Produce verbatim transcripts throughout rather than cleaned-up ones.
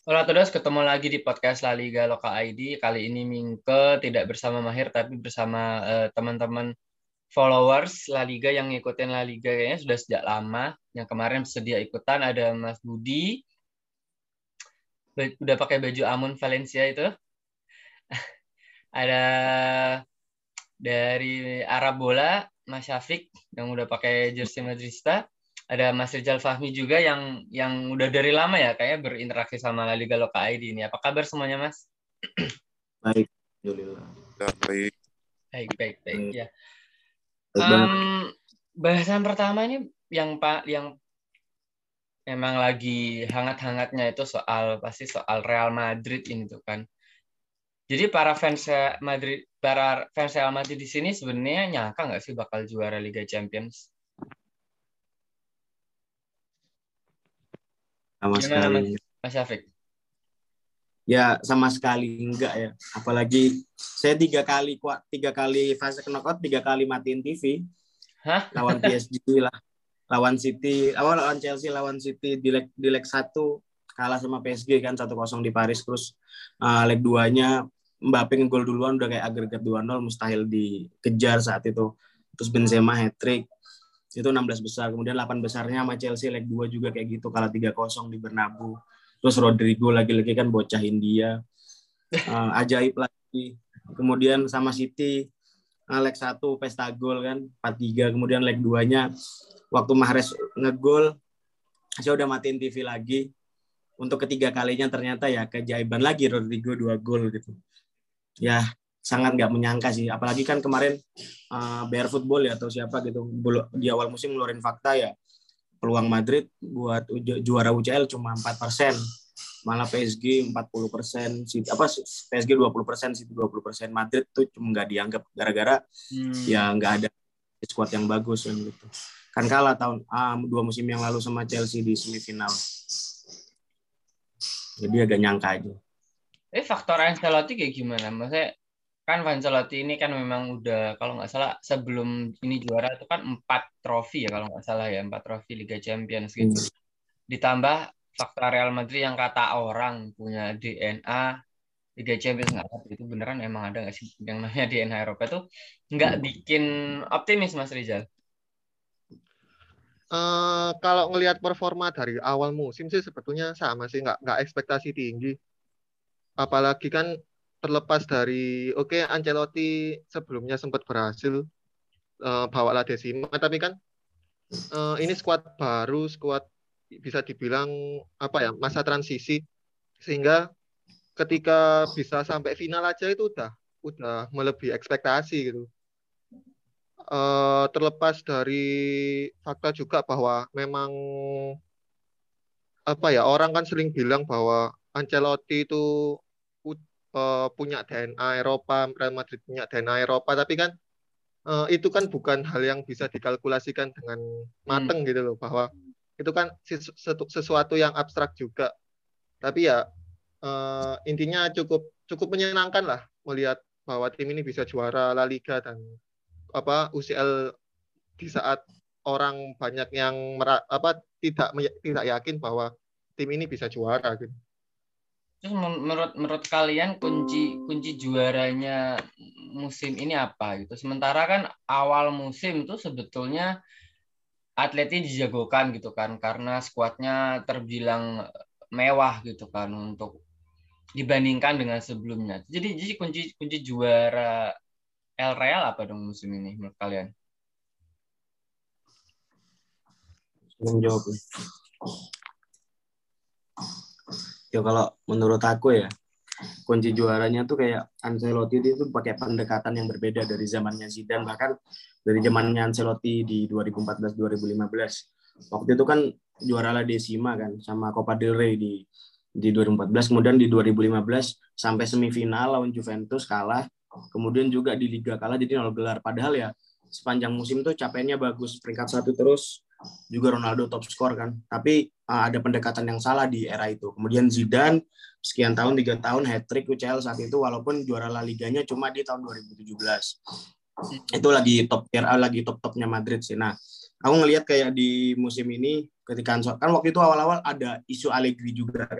Hola todos, ketemu lagi di podcast La Liga Loka I D. Kali ini Mingke tidak bersama Mahir, tapi bersama eh, teman-teman followers La Liga yang ngikutin La Liga kayaknya sudah sejak lama. Yang kemarin sedia ikutan ada Mas Budi, ba- udah pakai baju Amun Valencia itu. Ada dari Arab Bola, Mas Syafiq yang udah pakai jersey Madrista. Ada Mas Rizal Fahmi juga yang yang udah dari lama ya kayaknya berinteraksi sama La Liga Loka I D ini. Apa kabar semuanya, Mas? Baik, alhamdulillah. Baik. Baik, baik, baik. Baik, Ya. baik banget. Um, bahasan pertama ini yang pak yang memang lagi hangat-hangatnya itu soal pasti soal Real Madrid ini tuh kan. Jadi para fans Madrid, para fans Real Madrid di sini sebenarnya nyangka nggak sih bakal juara Liga Champions? Sama Gimana sekali Mas, enggak. Mas Syafiq? Ya, sama sekali enggak ya. Apalagi saya tiga kali kuat, tiga kali fase knockout, tiga kali matiin T V Hah? lawan P S G lah, lawan City, awal lawan Chelsea, lawan City di leg di leg satu kalah sama P S G kan satu kosong di Paris, terus uh, leg duanya Mbappe ngegol duluan udah kayak agregat dua nol, mustahil dikejar saat itu. Terus Benzema hat-trick. Itu enam belas besar. Kemudian delapan besarnya sama Chelsea leg dua juga kayak gitu, kalah tiga kosong di Bernabeu. Terus Rodrigo lagi-lagi kan bocah India. Uh, ajaib lagi. Kemudian sama City uh, leg satu pesta gol kan empat tiga. Kemudian leg dua-nya waktu Mahrez ngegol, saya udah matiin T V lagi. Untuk ketiga kalinya ternyata ya keajaiban lagi, Rodrigo dua gol gitu. Ya sangat nggak menyangka sih. Apalagi kan kemarin uh, B R Football ya atau siapa gitu di awal musim ngeluarin fakta ya, peluang Madrid buat uju, juara U C L cuma empat persen, malah P S G empat puluh persen, apa P S G dua puluh persen, City dua puluh persen. Madrid tuh cuma nggak dianggap gara-gara hmm. ya nggak ada squad yang bagus kan gitu. Kan kalah tahun ah, dua musim yang lalu sama Chelsea di semifinal. Jadi agak nyangka aja. Eh faktor Ancelotti kayak gimana? Maksudnya kan Ancelotti ini kan memang udah kalau nggak salah sebelum ini juara itu kan empat trofi ya kalau nggak salah ya, empat trofi Liga Champions gitu. Hmm. Ditambah faktor Real Madrid yang kata orang punya D N A Liga Champions, nggak tahu itu beneran emang ada nggak sih yang namanya D N A Eropa itu nggak bikin optimis Mas Rizal? Uh, kalau ngelihat performa dari awal musim sih sebetulnya sama sih, nggak nggak ekspektasi tinggi. Apalagi kan terlepas dari oke okay, Ancelotti sebelumnya sempat berhasil uh, bawa La Decima, tapi kan uh, ini skuad baru, skuad bisa dibilang apa ya, masa transisi, sehingga ketika bisa sampai final aja itu udah udah melebihi ekspektasi gitu. Uh, terlepas dari fakta juga bahwa memang apa ya, orang kan sering bilang bahwa Ancelotti itu uh, punya D N A Eropa, Real Madrid punya D N A Eropa, tapi kan uh, itu kan bukan hal yang bisa dikalkulasikan dengan mateng hmm. gitu loh, bahwa itu kan sesu- sesuatu yang abstrak juga. Tapi ya uh, intinya cukup cukup menyenangkan lah melihat bahwa tim ini bisa juara La Liga dan apa U C L di saat orang banyak yang mera, apa tidak tidak yakin bahwa tim ini bisa juara gitu. Terus menurut menurut kalian kunci kunci juaranya musim ini apa gitu? Sementara kan awal musim itu sebetulnya atletnya dijagokan gitu kan karena skuadnya terbilang mewah gitu kan untuk dibandingkan dengan sebelumnya. Jadi jadi kunci kunci juara El Real apa dong musim ini menurut kalian? Menjawab. Ya kalau menurut aku ya kunci juaranya tuh kayak Ancelotti itu pakai pendekatan yang berbeda dari zamannya Zidane, bahkan dari zamannya Ancelotti di dua ribu empat belas dua ribu lima belas. Waktu itu kan juara La Decima kan sama Copa del Rey di di dua ribu empat belas, kemudian di dua ribu lima belas sampai semifinal lawan Juventus kalah, kemudian juga di Liga kalah jadi nol gelar. Padahal ya sepanjang musim tuh capaiannya bagus, peringkat satu terus, juga Ronaldo top skor kan. Tapi uh, ada pendekatan yang salah di era itu. Kemudian Zidane sekian tahun, tiga tahun hat-trick U C L saat itu, walaupun juara La Liganya cuma di tahun dua ribu tujuh belas. Itu lagi top tier, lagi top-topnya Madrid sih. Nah, aku ngelihat kayak di musim ini ketika kan waktu itu awal-awal ada isu Allegri juga kan.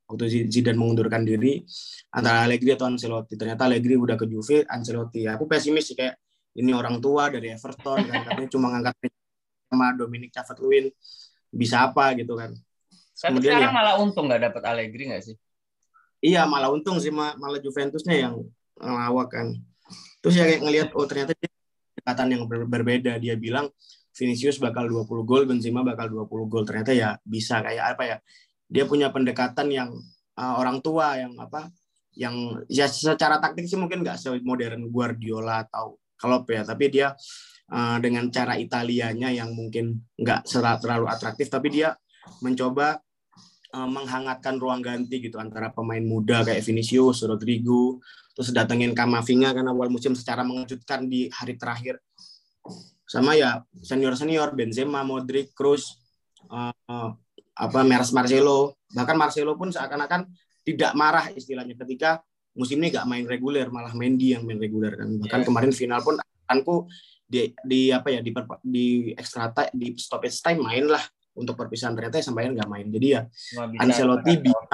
waktu Zidane mengundurkan diri antara Allegri atau Ancelotti. Ternyata Allegri udah ke Juve, Ancelotti. Aku pesimis sih, kayak ini orang tua dari Everton kan, katanya cuma ngangkat sama Dominic Calvert-Lewin, bisa apa gitu kan. Tapi Kemudian sekarang ya, malah untung nggak dapat Allegri nggak sih? iya malah untung sih, malah Juventusnya yang ngelawak kan. Terus ya kayak ngelihat oh ternyata dia pendekatan yang ber- berbeda. Dia bilang Vinicius bakal dua puluh gol, Benzema bakal dua puluh gol. Ternyata ya bisa kayak apa ya? Dia punya pendekatan yang uh, orang tua yang apa? Yang ya secara taktik sih mungkin nggak semodern Guardiola atau Klopp ya, tapi dia uh, dengan cara Italianya yang mungkin nggak terlalu atraktif, tapi dia mencoba uh, menghangatkan ruang ganti gitu antara pemain muda kayak Vinicius, Rodrigo, terus datengin Camavinga kan awal musim secara mengejutkan di hari terakhir, sama ya senior-senior Benzema, Modric, Kroos, uh, uh, apa Meres Marcelo, bahkan Marcelo pun seakan-akan tidak marah istilahnya ketika musim ini nggak main reguler, malah Mendy yang main reguler kan. Bahkan yeah. Kemarin final pun aku di, di apa ya di, di extra time, di stoppage time main lah untuk perpisahan, ternyata sampai nggak main. Jadi ya bisa, Ancelotti bisa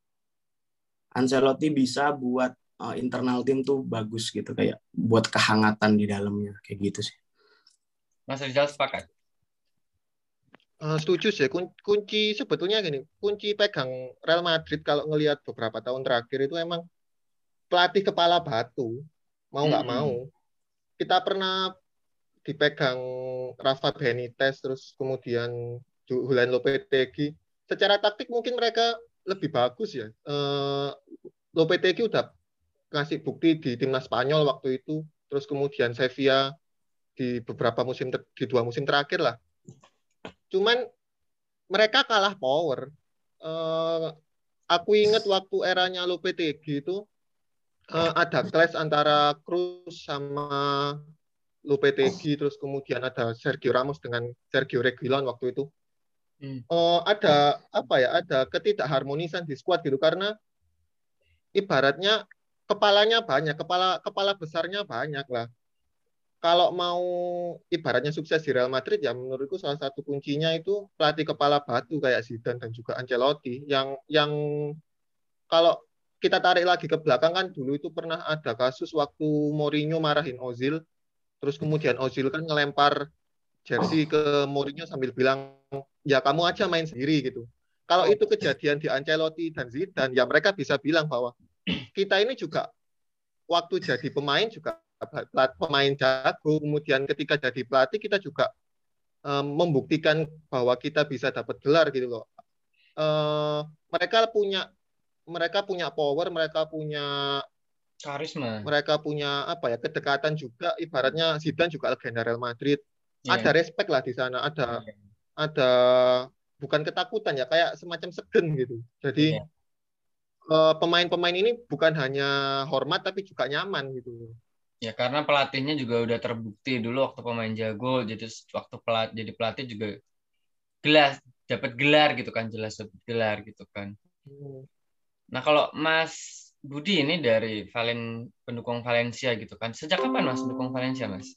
Ancelotti bisa buat uh, internal tim tuh bagus gitu, kayak buat kehangatan di dalamnya kayak gitu sih. Mas Rizal sepakat? Uh, setuju sih. Kunci sebetulnya gini, kunci pegang Real Madrid kalau ngelihat beberapa tahun terakhir itu emang pelatih kepala batu, mau nggak hmm. mau. Kita pernah dipegang Rafa Benitez, terus kemudian Julian Lopetegui. Secara taktik mungkin mereka lebih bagus ya. Uh, Lopetegui udah ngasih bukti di timnas Spanyol waktu itu, terus kemudian Sevilla di beberapa musim, di dua musim terakhir lah. Cuman mereka kalah power. Uh, aku ingat waktu eranya Lopetegui itu uh, ada clash antara Kroos sama Lopetegui, terus kemudian ada Sergio Ramos dengan Sergio Reguilon waktu itu. Hmm. Uh, ada apa ya? Ada ketidakharmonisan di skuad gitu, karena ibaratnya kepalanya banyak, kepala kepala besarnya banyak lah. Kalau mau ibaratnya sukses di Real Madrid ya menurutku salah satu kuncinya itu pelatih kepala batu kayak Zidane dan juga Ancelotti yang yang kalau kita tarik lagi ke belakang kan dulu itu pernah ada kasus waktu Mourinho marahin Ozil, terus kemudian Ozil kan ngelempar jersey ke Mourinho sambil bilang ya kamu aja main sendiri gitu. Kalau itu kejadian di Ancelotti dan Zidane ya mereka bisa bilang bahwa kita ini juga waktu jadi pemain juga pemain jago, kemudian ketika jadi pelatih kita juga um, membuktikan bahwa kita bisa dapat gelar gitu loh. Uh, mereka punya mereka punya power, mereka punya karisma, mereka punya apa ya kedekatan juga. Ibaratnya Zidane juga legenda Real Madrid. Yeah. Ada respect lah di sana, ada yeah. ada bukan ketakutan ya, kayak semacam segen gitu. Jadi yeah. uh, pemain-pemain ini bukan hanya hormat tapi juga nyaman gitu. Ya karena pelatihnya juga udah terbukti dulu waktu pemain jago, jadi waktu pelat jadi pelatih juga gelas dapat gelar gitu kan, jelas dapat gelar gitu kan. Hmm. Nah kalau Mas Budi ini dari Valen pendukung Valencia gitu kan, sejak kapan Mas pendukung Valencia Mas?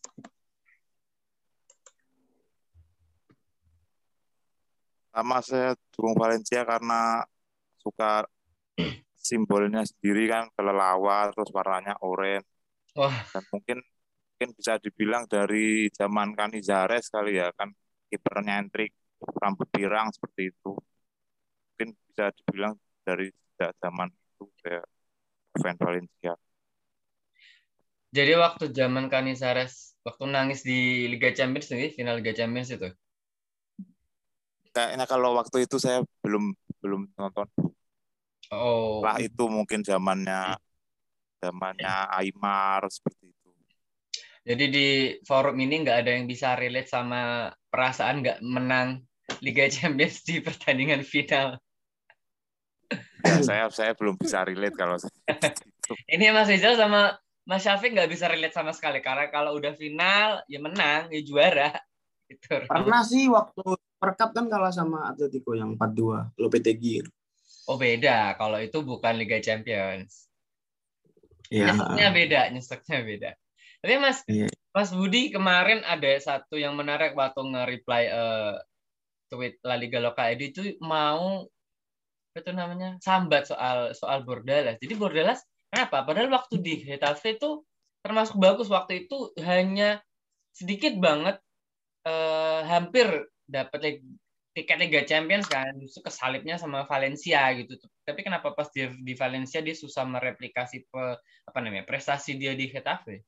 Sama saya dukung Valencia karena suka simbolnya sendiri kan, kelelawar terus warnanya oranye. Wah. Dan mungkin mungkin bisa dibilang dari zaman Canizares kali ya kan, kipernya entrik, rambut pirang seperti itu. Mungkin bisa dibilang dari zaman itu saya fan Valencia. Jadi waktu zaman Canizares waktu nangis di Liga Champions nih, final Liga Champions itu. Kayaknya kalau waktu itu saya belum belum nonton. Oh. Lah itu mungkin zamannya zamannya Aymar seperti itu. Jadi di forum ini nggak ada yang bisa relate sama perasaan nggak menang Liga Champions di pertandingan final. Ya saya saya belum bisa relate kalau itu. Ini Mas Rizal sama Mas Syafiq nggak bisa relate sama sekali karena kalau udah final ya menang ya juara. Gitu. Pernah sih waktu Super Cup kan kalah sama Atletico yang empat dua Lopetegui. Oh beda, kalau itu bukan Liga Champions. Ya. Nyeseknya beda, nyeseknya beda. Tapi Mas, ya. Mas Budi kemarin ada satu yang menarik waktu nge-reply uh, tweet La Liga Loka Edu itu mau apa itu namanya sambat soal soal Bordalas. Jadi Bordalas kenapa? Padahal waktu di Getafe itu termasuk bagus waktu itu, hanya sedikit banget eh, hampir dapat tiket Liga Champions kan, justru kesalipnya sama Valencia gitu. Tapi kenapa pas dia di Valencia dia susah mereplikasi pe, apa namanya prestasi dia di Getafe?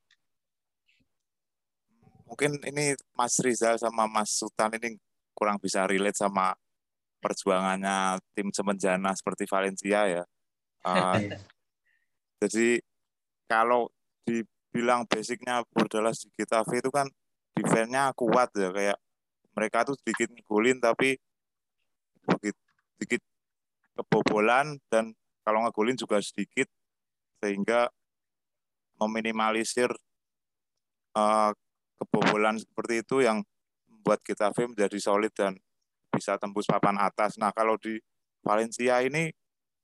Mungkin ini Mas Rizal sama Mas Sultan ini kurang bisa relate sama perjuangannya tim semenjana seperti Valencia ya. Uh, jadi kalau dibilang basicnya Bordalas di Getafe itu kan defense-nya kuat ya, kayak mereka tuh sedikit ngegolin tapi sedikit, sedikit kebobolan, dan kalau ngegolin juga sedikit, sehingga meminimalisir uh, kebobolan seperti itu yang membuat Getafe menjadi solid dan bisa tembus papan atas. Nah, kalau di Valencia ini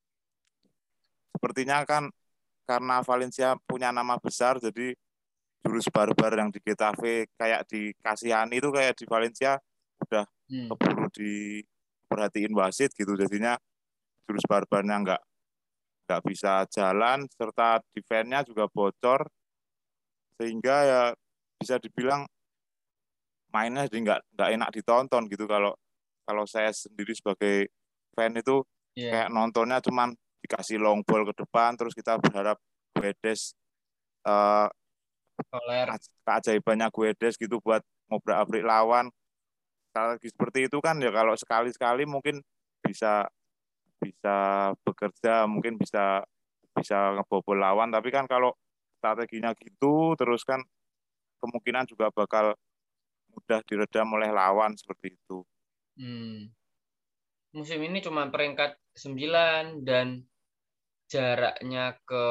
sepertinya kan karena Valencia punya nama besar, jadi jurus barbar yang di Getafe kayak di Kasihani itu kayak di Valencia udah hmm. keburu diperhatiin wasit gitu. Jadinya jurus barbarnya nggak nggak bisa jalan, serta defense-nya juga bocor, sehingga ya bisa dibilang mainnya jadi nggak nggak enak ditonton gitu. Kalau kalau saya sendiri sebagai fan itu yeah. kayak nontonnya cuman dikasih long ball ke depan, terus kita berharap Guedes uh, keajaibannya Guedes gitu buat ngobrak-abrik lawan. Strategi seperti itu kan ya kalau sekali-sekali mungkin bisa bisa bekerja, mungkin bisa bisa ngebobol lawan, tapi kan kalau strateginya gitu terus kan kemungkinan juga bakal mudah diredam oleh lawan seperti itu. Hmm. Musim ini cuma peringkat sembilan dan jaraknya ke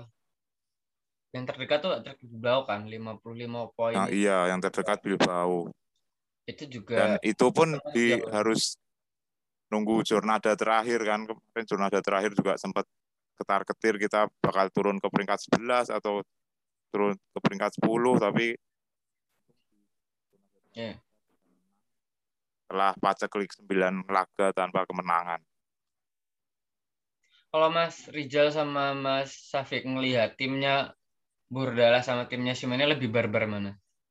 yang terdekat tuh terdekat Bilbao kan lima puluh lima poin. Nah, iya, yang terdekat Bilbao. Itu juga. Dan itu pun di harus nunggu jornada terakhir kan. Kemarin jornada terakhir juga sempat ketar-ketir kita bakal turun ke peringkat sebelas atau turun ke peringkat sepuluh, tapi yeah. telah paceklik sembilan laga tanpa kemenangan. Kalau Mas Rizal sama Mas Safik ngelihat timnya Bordalas sama timnya Simeone lebih barbar mana?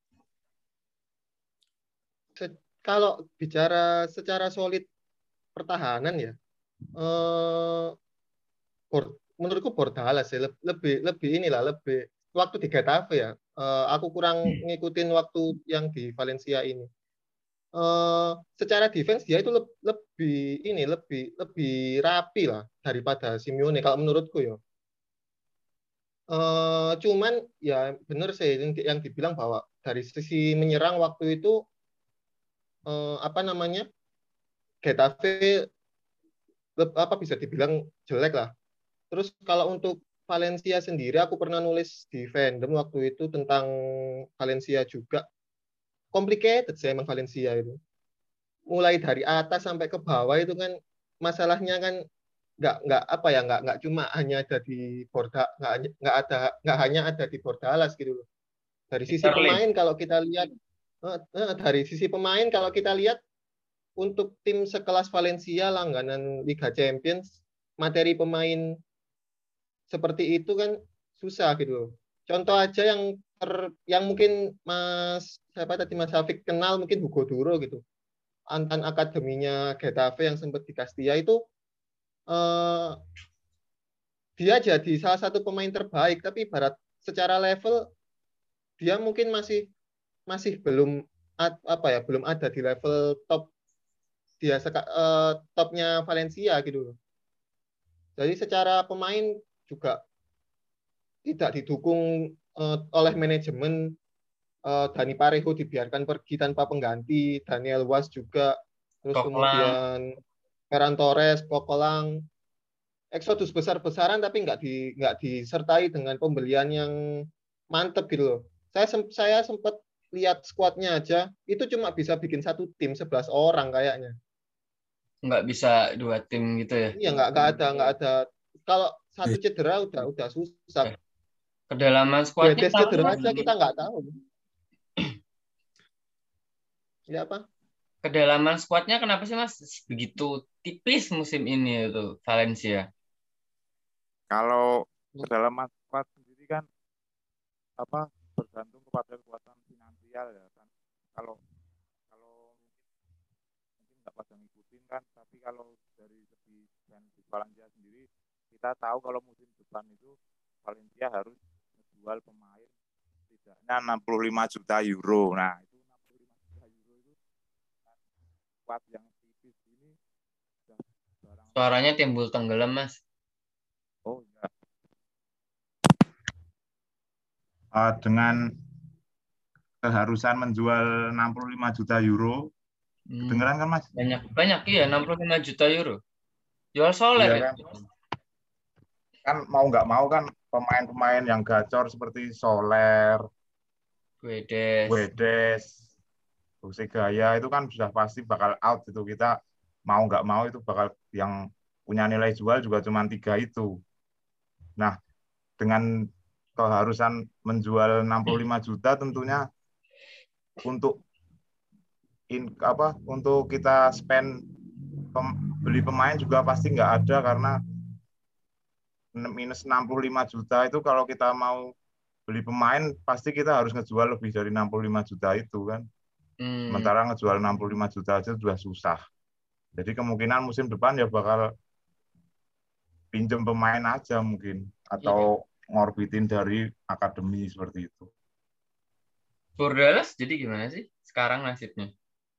Kalau bicara secara solid pertahanan ya, eh, menurutku Bordalas ya lebih lebih inilah lebih waktu di Getafe ya. Eh, aku kurang ngikutin waktu yang di Valencia ini. Uh, secara defense dia itu le lebih ini lebih lebih rapi lah daripada Simeone kalau menurutku ya. Uh, cuman ya benar sih yang, yang dibilang bahwa dari sisi menyerang waktu itu uh, apa namanya Getafe apa bisa dibilang jelek lah. Terus kalau untuk Valencia sendiri aku pernah nulis di fandom waktu itu tentang Valencia juga. Complicated sih emang Valencia itu. Mulai dari atas sampai ke bawah itu kan masalahnya kan nggak nggak apa ya nggak nggak cuma hanya ada di Borda nggak nggak ada nggak hanya ada di Bordalas gitu loh. Dari sisi pemain kalau kita lihat eh, dari sisi pemain kalau kita lihat untuk tim sekelas Valencia langganan Liga Champions materi pemain seperti itu kan susah gitu loh. Contoh aja yang ter, yang mungkin Mas siapa tadi Mas Safik kenal mungkin Hugo Duro gitu. Antan akademinya Getafe yang sempat di Castilla itu eh, dia jadi salah satu pemain terbaik, tapi barat secara level dia mungkin masih masih belum apa ya belum ada di level top dia eh, topnya Valencia gitu loh. Jadi secara pemain juga tidak didukung eh, oleh manajemen. Uh, Dani Parejo dibiarkan pergi tanpa pengganti, Daniel Was juga, terus Kokolang. Kemudian Ferran Torres, Kokolang, eksodus besar-besaran tapi nggak di nggak disertai dengan pembelian yang mantep gitu loh. Saya saya sempat lihat skuadnya aja, itu cuma bisa bikin satu tim sebelas orang kayaknya. Nggak bisa dua tim gitu ya? Iya nggak nggak ada nggak ada. Kalau satu cedera udah udah susah. Kedalaman skuadnya cedera aja kita nggak tahu. Ya apa? kedalaman skuadnya kenapa sih Mas begitu tipis musim ini itu Valencia? Kalau kedalaman squad sendiri kan apa bergantung kepada kekuatan finansial ya kan. Kalau kalau mungkin nggak pada ngikutin kan, tapi kalau dari segi fans Valencia sendiri kita tahu kalau musim depan itu Valencia harus menjual pemain setidaknya enam puluh lima juta euro. Nah itu enam puluh lima juta euro itu squad yang tipis ini sudah barang. Suaranya timbul tenggelam Mas. Oh ya. Uh, dengan keharusan menjual enam puluh lima juta euro, Hmm, kedengeran kan Mas? banyak banyak iya enam puluh lima juta euro. Jual Soler Iya ya. kan? Kan mau nggak mau kan pemain-pemain yang gacor seperti Soler, Guedes. Guedes, Gaya itu kan sudah pasti bakal out itu. Kita mau nggak mau itu bakal yang punya nilai jual juga cuma tiga itu. Nah, dengan keharusan menjual enam puluh lima juta tentunya untuk in, apa untuk kita spend pem, beli pemain juga pasti nggak ada karena minus enam puluh lima juta itu kalau kita mau beli pemain pasti kita harus ngejual lebih dari enam puluh lima juta itu kan. Hmm. Sementara ngejual enam puluh lima juta aja sudah susah. Jadi kemungkinan musim depan ya bakal pinjem pemain aja mungkin atau ngorbitin dari akademi seperti itu. Bordalas jadi gimana sih sekarang nasibnya?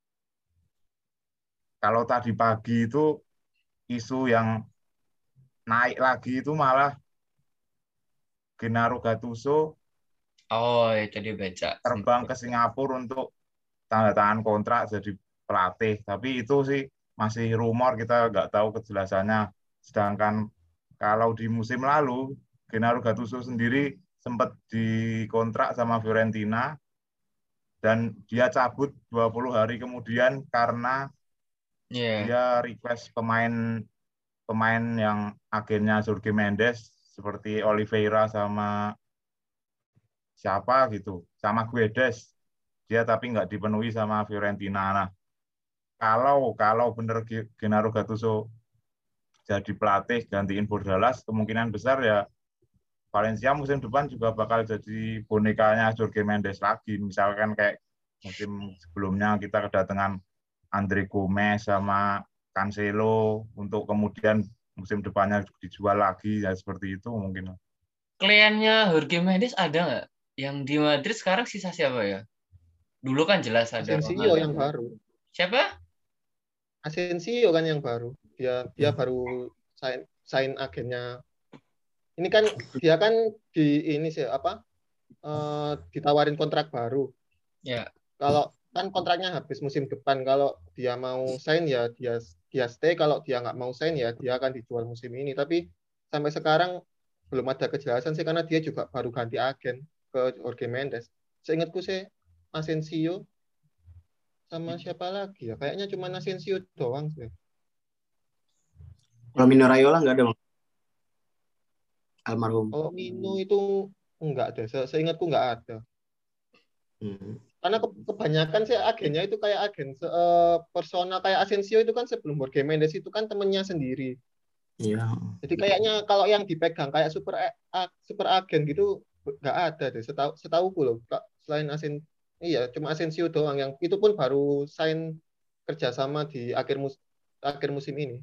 Kalau tadi pagi itu isu yang naik lagi itu malah Gennaro Gattuso Oh, ya tadi baca. terbang ke Singapura untuk tanda tangan kontrak jadi pelatih. Tapi itu sih masih rumor, kita nggak tahu kejelasannya. Sedangkan kalau di musim lalu, Gennaro Gattuso sendiri sempat dikontrak sama Fiorentina dan dia cabut dua puluh hari kemudian karena yeah. dia request pemain pemain yang agennya Jorge Mendes seperti Oliveira sama siapa gitu, sama Guedes. Dia tapi nggak dipenuhi sama Fiorentina. Nah, kalau kalau benar Gennaro Gattuso jadi pelatih gantiin Bordalas, kemungkinan besar ya Valencia musim depan juga bakal jadi bonekanya Jorge Mendes lagi. Misalkan kayak musim sebelumnya kita kedatangan Andre Gomez sama Cancelo untuk kemudian musim depannya dijual lagi ya seperti itu mungkin. Kliennya Jorge Mendes ada nggak? Yang di Madrid sekarang sisa siapa ya? Dulu kan jelas ada Asensio yang baru. Siapa? Asensio kan yang baru. Dia dia baru sign sign agennya. Ini kan dia kan di ini sih apa? Uh, ditawarin kontrak baru. Ya. Kalau kan kontraknya habis musim depan, kalau dia mau sign ya dia dia stay, kalau dia nggak mau sign ya dia akan dijual musim ini. Tapi sampai sekarang belum ada kejelasan sih karena dia juga baru ganti agen ke Jorge Mendes. Seingatku sih Asensio sama siapa lagi ya? Kayaknya cuma Asensio doang sih. Kalau Mino Raiola nggak ada, Bang? Almarhum. Kalau Mino itu enggak ada. Se Seingatku nggak ada. Hmm. Karena ke kebanyakan sih agennya itu kayak agen uh, personal kayak Asensio itu kan sebelum Jorge Mendes itu kan temennya sendiri. Iya. Jadi kayaknya kalau yang dipegang kayak super super agen gitu nggak ada deh. Setahu setahuku loh. Selain Asen iya cuma Asensio doang yang itu pun baru sign kerjasama di akhir mus akhir musim ini.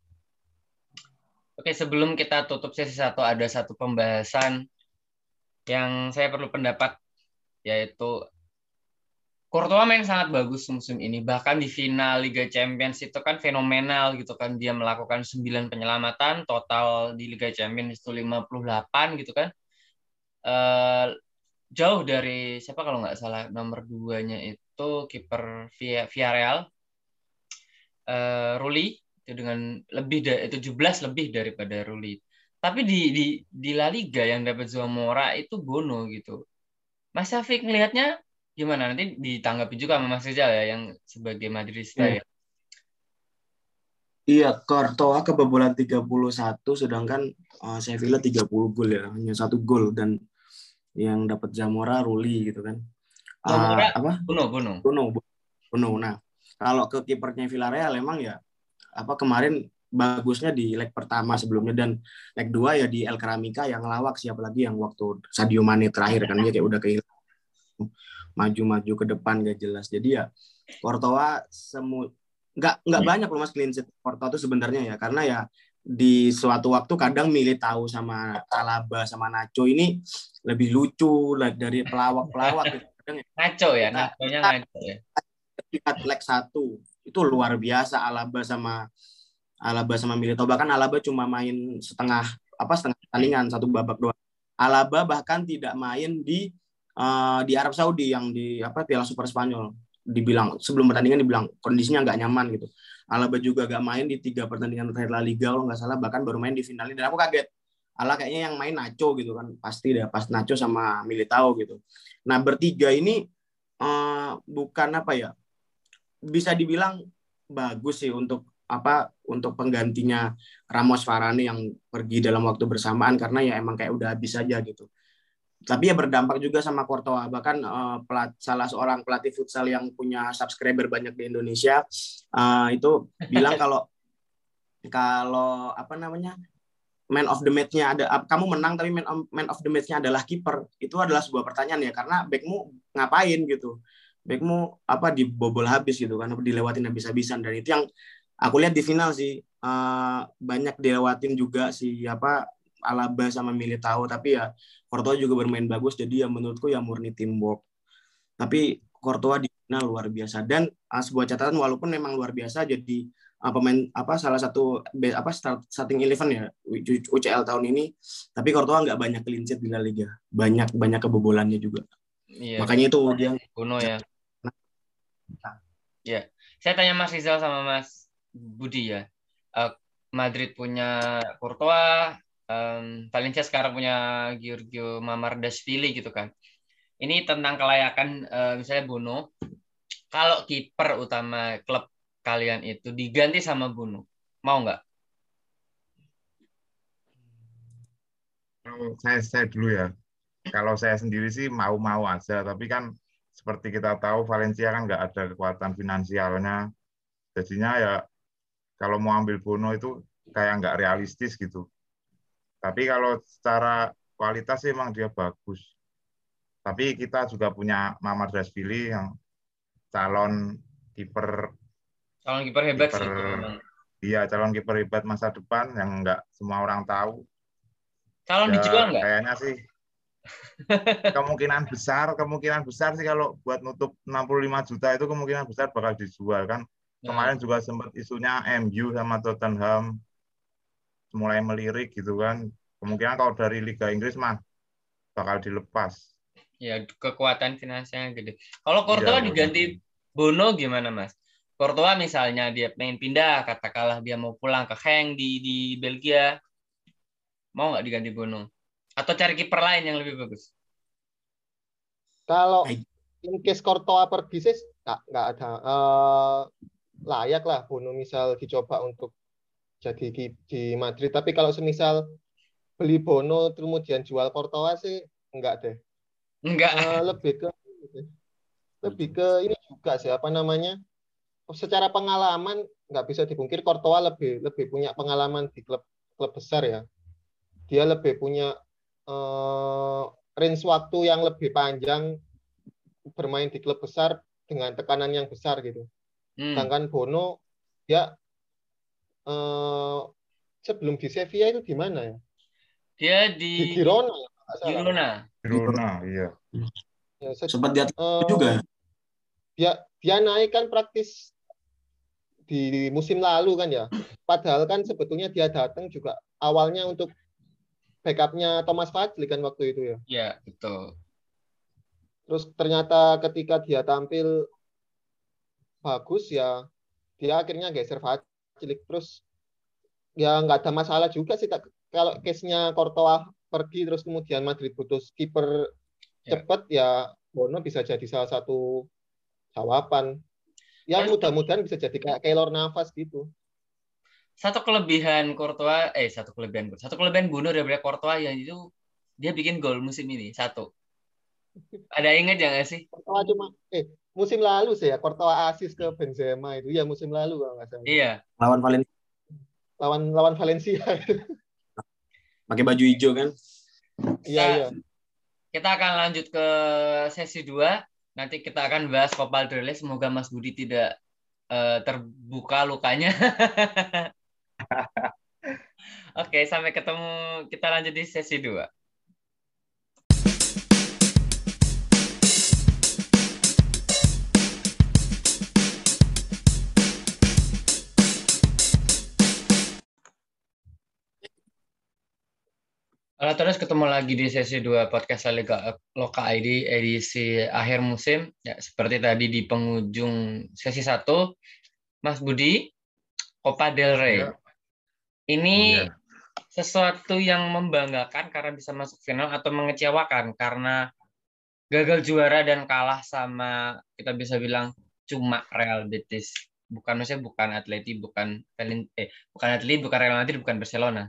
Oke, sebelum kita tutup sesi satu ada satu pembahasan yang saya perlu pendapat, yaitu Courtois main sangat bagus musim ini. Bahkan di final Liga Champions itu kan fenomenal gitu kan. Dia melakukan sembilan penyelamatan, total di Liga Champions itu lima puluh delapan gitu kan. Uh, jauh dari siapa kalau nggak salah nomor duanya itu kiper Villarreal, uh, Rulli itu dengan lebih dari tujuh belas lebih daripada Rulli. Tapi di di di La Liga yang dapat Zamora itu Bono gitu. Mas Syafiq ngelihatnya gimana? Nanti ditanggapi juga sama Mas Rizal ya yang sebagai Madridista yeah. ya. Iya, Courtois kebobolan tiga puluh satu sedangkan uh, Sevilla tiga puluh gol ya, hanya satu gol dan yang dapat Zamora Rulli gitu kan. Zamora uh, apa? Bono, Bono. Bono, Bono. Nah, Kalau ke kipernya Villarreal emang ya apa kemarin bagusnya di leg pertama sebelumnya, dan leg dua ya di El Keramika yang ngelawak, siapa lagi yang waktu Sadio Mane terakhir kan dia kayak udah kehilangan maju-maju ke depan gak jelas. Jadi ya Courtois semu nggak nggak banyak loh mas clean sheet Courtois itu sebenarnya ya, karena ya di suatu waktu kadang Militao sama Alaba sama Nacho ini lebih lucu lah dari pelawak-pelawak gitu. Kadang ya, Ngaco ya, kita, Nacho-nya kita ngaco ya. lihat leg satu itu luar biasa Alaba sama Alaba sama Militao, bahkan Alaba cuma main setengah apa setengah pertandingan satu babak doang. Alaba bahkan tidak main di uh, di Arab Saudi yang di apa Piala Super Spanyol, dibilang sebelum pertandingan dibilang kondisinya nggak nyaman gitu. Alaba juga nggak main di tiga pertandingan terakhir La Liga kalau nggak salah, bahkan baru main di finalnya, dan aku kaget. Ala kayaknya yang main Nacho gitu kan, pasti deh pas Nacho sama Militao gitu. Nah bertiga ini uh, bukan apa ya, bisa dibilang bagus sih untuk apa untuk penggantinya Ramos Varane yang pergi dalam waktu bersamaan, karena ya emang kayak udah habis aja gitu. Tapi ya berdampak juga sama Courtois, bahkan uh, pelat, salah seorang pelatih futsal yang punya subscriber banyak di Indonesia uh, itu bilang kalau kalau apa namanya man of the match-nya ada, kamu menang tapi man of, man of the match-nya adalah kiper, itu adalah sebuah pertanyaan ya, karena backmu ngapain gitu, backmu apa dibobol habis gitu kan, dilewatin habis-habisan, dan itu yang aku lihat di final sih uh, banyak dilewatin juga si apa Alaba sama Militao, tapi ya Courtois juga bermain bagus, jadi ya menurutku ya murni teamwork. Tapi Courtois di final luar biasa, dan uh, sebuah catatan walaupun memang luar biasa jadi uh, pemain apa salah satu apa start, starting eleven ya U C L tahun ini, tapi Courtois nggak banyak clean sheet di La Liga, banyak banyak kebobolannya juga. Iya, Makanya itu dia Bruno ya. Ya, saya tanya Mas Rizal sama Mas Budi ya. Uh, Madrid punya Courtois, um, Valencia sekarang punya Giorgio Mamardashvili gitu kan. Ini tentang kelayakan uh, misalnya Bruno. Kalau kiper utama klub kalian itu diganti sama Bruno, mau nggak? Saya saya dulu ya. Kalau saya sendiri sih mau-mau aja, tapi kan seperti kita tahu Valencia kan nggak ada kekuatan finansialnya, jadinya ya kalau mau ambil Bono itu kayak nggak realistis gitu. Tapi kalau secara kualitas sih emang dia bagus. Tapi kita juga punya Mamardashvili yang calon kiper Calon kiper hebat kiper, sih. Iya, calon kiper hebat masa depan yang nggak semua orang tahu. Calon ya, dijual nggak? Kayaknya sih kemungkinan besar, kemungkinan besar sih kalau buat nutup enam puluh lima juta itu kemungkinan besar bakal dijual kan. Kemarin juga sempat isunya M U sama Tottenham mulai melirik gitu kan. Kemungkinan kalau dari Liga Inggris mah bakal dilepas. Ya, kekuatan finansialnya gede. Kalau Courtois ya, diganti Bono gimana, Mas? Courtois misalnya dia pengen pindah, katakanlah dia mau pulang ke Genk di di Belgia, mau nggak diganti Bono? Atau cari kiper lain yang lebih bagus? Kalau in case Courtois pergi sih nggak nggak ada uh, layak lah Bono misal dicoba untuk jadi di, di Madrid. Tapi kalau semisal beli Bono kemudian jual Courtois sih enggak deh. Enggak. Uh, lebih ke lebih ke ini juga sih apa namanya? Secara pengalaman nggak bisa dipungkir Courtois lebih lebih punya pengalaman di klub klub besar ya. Dia lebih punya uh, range waktu yang lebih panjang bermain di klub besar dengan tekanan yang besar gitu. Hmm. Sedangkan Bono dia uh, sebelum di Sevilla itu di mana ya? Dia di, di Girona. Girona. Girona, iya. Ya, sempat dia uh, juga. Dia dia naik kan praktis di musim lalu kan ya. Padahal kan sebetulnya dia datang juga awalnya untuk backupnya Thomas Fadli kan waktu itu ya. Iya, betul. Terus ternyata ketika dia tampil bagus ya, dia akhirnya geser Fadli. Terus ya nggak ada masalah juga sih kalau case-nya Courtois pergi terus kemudian Madrid butuh kiper ya. Cepat ya Bono bisa jadi salah satu jawaban. Ya mudah-mudahan bisa jadi kayak Keylor Navas gitu. Satu kelebihan Courtois, eh satu kelebihan, satu kelebihan Bono daripada Courtois yang itu dia bikin gol musim ini satu. Ada ingat ya nggak sih? Courtois cuma, eh musim lalu sih ya, Courtois asis ke Benzema itu ya musim lalu kalau nggak salah. Iya. Lawan Valencia. Lawan lawan Valencia. Pakai baju hijau kan? Iya, iya. Kita akan lanjut ke sesi dua. Nanti kita akan bahas Copa del Rey. Semoga Mas Budi tidak uh, terbuka lukanya. Oke, sampai ketemu. Kita lanjut di sesi dua. Halo, terus ketemu lagi di sesi dua podcast La Liga Loka I D edisi akhir musim. Ya, seperti tadi di penghujung sesi satu, Mas Budi, Copa del Rey. Ya. Ini Iya. sesuatu yang membanggakan karena bisa masuk final atau mengecewakan karena gagal juara dan kalah sama, kita bisa bilang, cuma Real Betis. Bukan, maksudnya bukan Atleti, bukan eh, bukan Atleti, bukan Real Madrid, bukan Barcelona.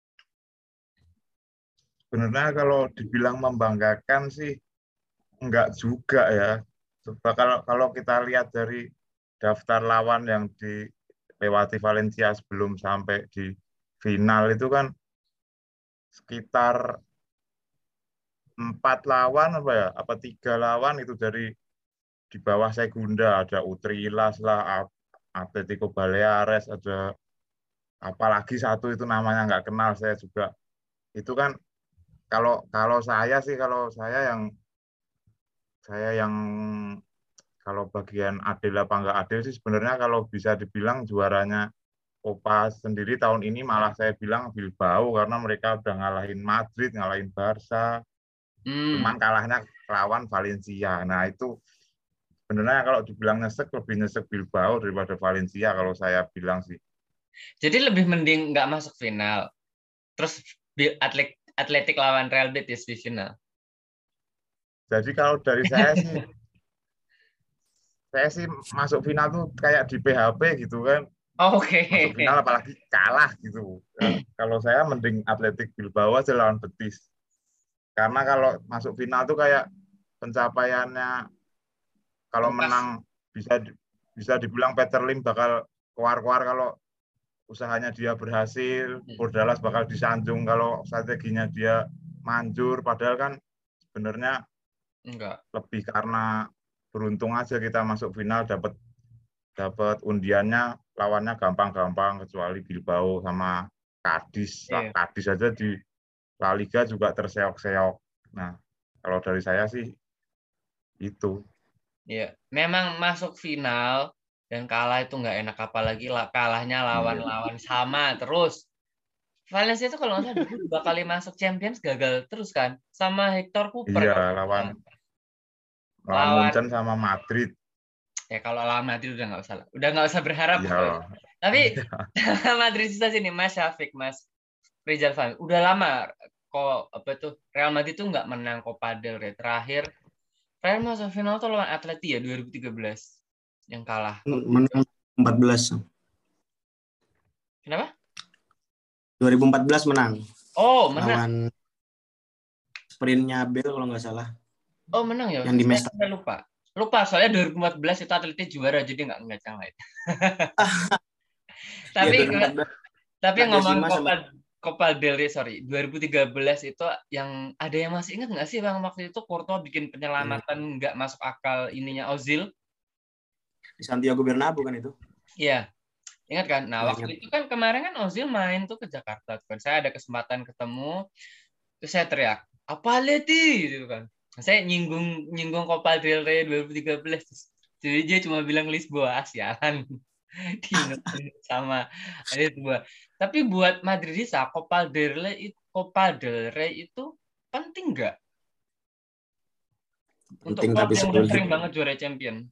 Sebenarnya kalau dibilang membanggakan sih enggak juga ya. Coba kalau kalau kita lihat dari daftar lawan yang dilewati Valencia sebelum sampai di final itu kan sekitar empat lawan apa ya? Apa tiga lawan itu dari di bawah Segunda, ada Utrilas lah, Atletico Baleares, ada apalagi satu itu namanya nggak kenal saya juga. Itu kan Kalau kalau saya sih kalau saya yang saya yang kalau bagian adil apa nggak adil sih sebenarnya kalau bisa dibilang juaranya Copa sendiri tahun ini malah saya bilang Bilbao karena mereka udah ngalahin Madrid, ngalahin Barca, Hmm. cuman kalahnya lawan Valencia. Nah itu sebenarnya kalau dibilang nyesek lebih nyesek Bilbao daripada Valencia kalau saya bilang sih. Jadi lebih mending nggak masuk final. Terus atlet Atletik lawan Real Betis di final. Jadi kalau dari saya sih, saya sih masuk final tuh kayak di P H P gitu kan. Oh, oke. Okay. Masuk final apalagi kalah gitu. Nah, kalau saya mending Atletik Bilbao aja lawan Betis. Karena kalau masuk final tuh kayak pencapaiannya kalau Pas. menang bisa bisa dibilang Peter Lim bakal keluar-keluar kalau usahanya dia berhasil, Bordalas bakal disanjung kalau strateginya dia manjur, padahal kan sebenarnya enggak, lebih karena beruntung aja kita masuk final dapat dapat undiannya lawannya gampang-gampang kecuali Bilbao sama Cadiz. yeah. Cadiz aja di La Liga juga terseok-seok. Nah, kalau dari saya sih itu. Iya, yeah. Memang masuk final dan kalah itu nggak enak, apalagi lah kalahnya lawan-lawan sama terus. Valencia itu kalau nggak salah dulu dua kali masuk Champions gagal terus kan, sama Hector Cooper. Iya, kan? lawan lawan lawan Munchen sama Madrid. Ya kalau lawan Madrid udah nggak usah, udah nggak usah berharap. Iya. Tapi Madrid susah sini, Mas Syafiq, Mas Rizal Fahmi. Udah lama kok apa tuh Real Madrid tuh nggak menang Copa del Rey. Terakhir Real masuk final tuh lawan Atleti ya dua ribu tiga belas. Yang kalah. Menang empat belas. Kenapa? dua ribu empat belas menang. Oh, menang. Lawan sprintnya Bel kalau nggak salah. Oh, menang ya? Yang di Mesta. Saya lupa. Lupa, soalnya dua ribu empat belas itu Atleti juara, jadi nggak ngeliat yang lain. Tapi ya, tapi nah, ngomong Copa, sama... Copa del Rey, sorry. dua ribu tiga belas itu yang ada yang masih ingat nggak sih Bang, waktu itu Courtois bikin penyelamatan nggak hmm. masuk akal ininya Ozil? Di Santiago Bernabeu kan itu? Iya. Ingat kan? Nah, ya, waktu ingat. itu kan kemarin kan Ozil main tuh ke Jakarta kan. Saya ada kesempatan ketemu, terus saya teriak, "Apa Leti?" gitu kan. Saya nyinggung nyinggung Copa del Rey dua ribu tiga belas. Jadi dia cuma bilang Lisboa, sialan. Diingetin sama Lisboa. Tapi buat Madridista, Copa del Rey itu Copa del Rey itu penting nggak? Untuk klub yang udah sering banget juara champion.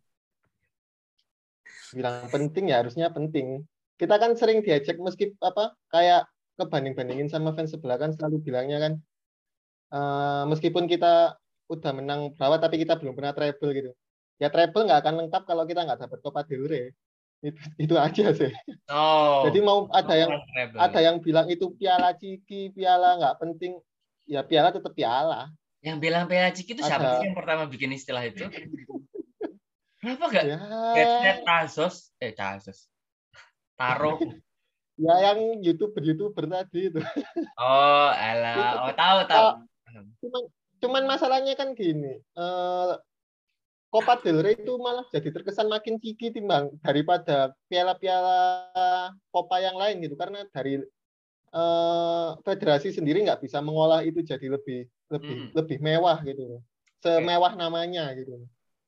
Bilang penting ya harusnya penting. Kita kan sering diajak meski apa kayak kebanding-bandingin sama fans sebelah kan selalu bilangnya kan uh, meskipun kita udah menang berapa tapi kita belum pernah treble gitu. Ya treble nggak akan lengkap kalau kita nggak dapat Copa del Rey. Itu, itu aja sih. Oh. Jadi mau ada yang treble. Ada yang bilang itu piala ciki, piala nggak penting. Ya piala tetap piala. Yang bilang piala ciki itu siapa sih yang pertama bikin istilah itu? Kenapa nggak Ya, headset Tazos? Eh, Tazos. Taro. ya yang YouTuber-YouTuber tadi itu. Oh, alah. Oh, tahu, tahu. Oh, cuman, cuman masalahnya kan gini. Eh, Copa del Rey itu malah jadi terkesan makin kiki timbang daripada piala-piala Copa yang lain gitu. Karena dari eh, federasi sendiri nggak bisa mengolah itu jadi lebih lebih Hmm. lebih mewah gitu. Semewah namanya gitu.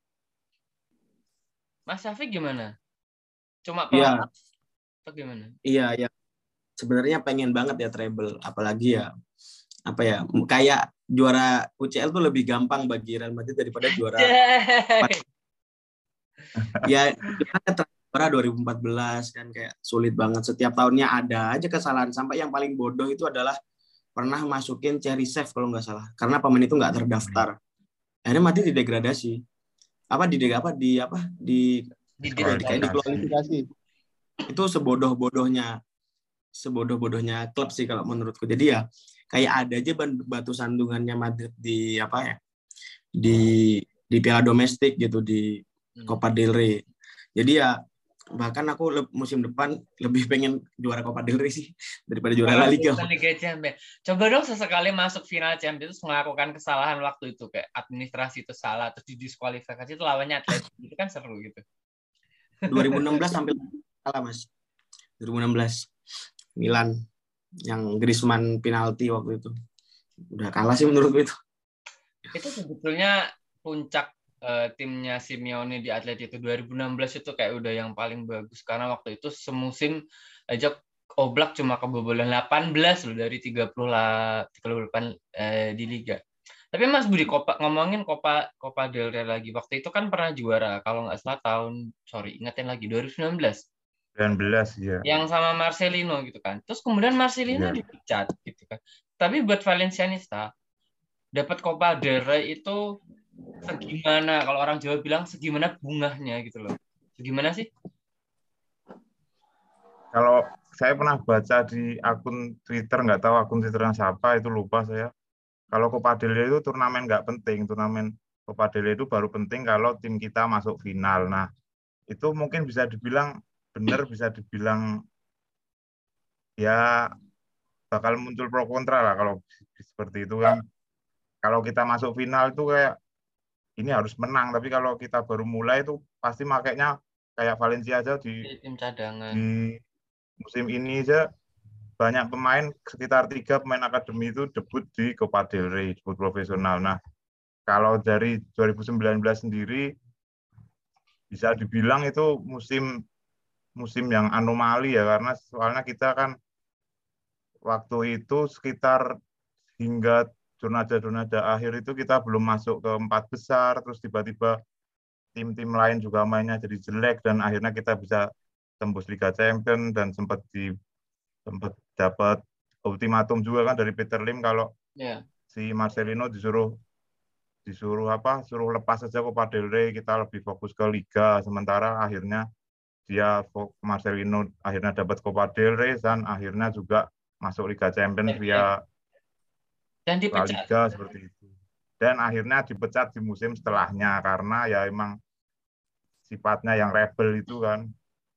Mas Syafiq gimana? Cuma Iya, pelengkap atau gimana? iya, iya. Sebenarnya pengen banget ya treble, apalagi ya apa ya kayak juara U C L tuh lebih gampang bagi Real Madrid daripada juara Cek. ya juara dua ribu empat belas kan kayak sulit banget setiap tahunnya ada aja kesalahan sampai yang paling bodoh itu adalah pernah masukin Cheryshev kalau nggak salah karena pemain itu nggak terdaftar akhirnya Madrid didegradasi apa di apa di apa di Di kayak di Kualifikasi. itu sebodoh-bodohnya sebodoh-bodohnya klub sih kalau menurutku jadi ya kayak ada aja batu sandungannya Madrid di apa ya di di piala domestik gitu di Copa del Rey jadi ya bahkan aku le- musim depan lebih pengen juara Copa del Rey sih daripada juara La Liga. Liga Champions. Coba dong sesekali masuk final Champions melakukan kesalahan waktu itu kayak administrasi itu salah terus didiskualifikasi itu lawannya Atletico itu kan seru gitu. dua ribu enam belas sampai kalah Mas. dua ribu enam belas Milan yang Griezmann penalti waktu itu. Udah kalah sih menurutku itu. Itu sebetulnya puncak uh, timnya Simeone di Atletico dua ribu enam belas itu kayak udah yang paling bagus karena waktu itu semusim aja Oblak cuma kebobolan delapan belas loh dari tiga puluh delapan eh, di liga. Tapi Mas Budi Copa, ngomongin Copa Copa del Rey lagi. Waktu itu kan pernah juara kalau nggak salah tahun sorry ingetin lagi dua ribu sembilan belas. sembilan belas ya. Yang sama Marcelino gitu kan. Terus kemudian Marcelino Ya. dipecat gitu kan. Tapi buat Valencianista dapat Copa del Rey itu segimana kalau orang Jawa bilang segimana bungahnya gitu loh. Segimana sih? Kalau saya pernah baca di akun Twitter, nggak tahu akun Twitternya siapa, itu lupa saya. Kalau Copa del Rey itu turnamen nggak penting. Turnamen Copa del Rey itu baru penting kalau tim kita masuk final. Nah, itu mungkin bisa dibilang benar, bisa dibilang ya bakal muncul pro kontra lah kalau seperti itu kan. Kalau kita masuk final itu kayak ini harus menang, tapi kalau kita baru mulai itu pasti makanya kayak Valencia aja di, Di tim cadangan. di musim ini aja banyak pemain, sekitar tiga pemain akademi itu debut di Copa del Rey, debut profesional. Nah, kalau dari dua ribu sembilan belas sendiri bisa dibilang itu musim musim yang anomali ya, karena soalnya kita kan waktu itu sekitar hingga zona-zona akhir itu kita belum masuk ke empat besar, terus tiba-tiba tim-tim lain juga mainnya jadi jelek dan akhirnya kita bisa tembus Liga Champions dan sempat di sempat dapat ultimatum juga kan dari Peter Lim kalau yeah. si Marcelino disuruh disuruh apa suruh lepas saja Copa del Rey, kita lebih fokus ke Liga, sementara akhirnya dia Marcelino akhirnya dapat Copa del Rey dan akhirnya juga masuk Liga Champions via dan La Liga seperti itu. Dan akhirnya dipecat di musim setelahnya karena ya emang sifatnya yang rebel itu kan.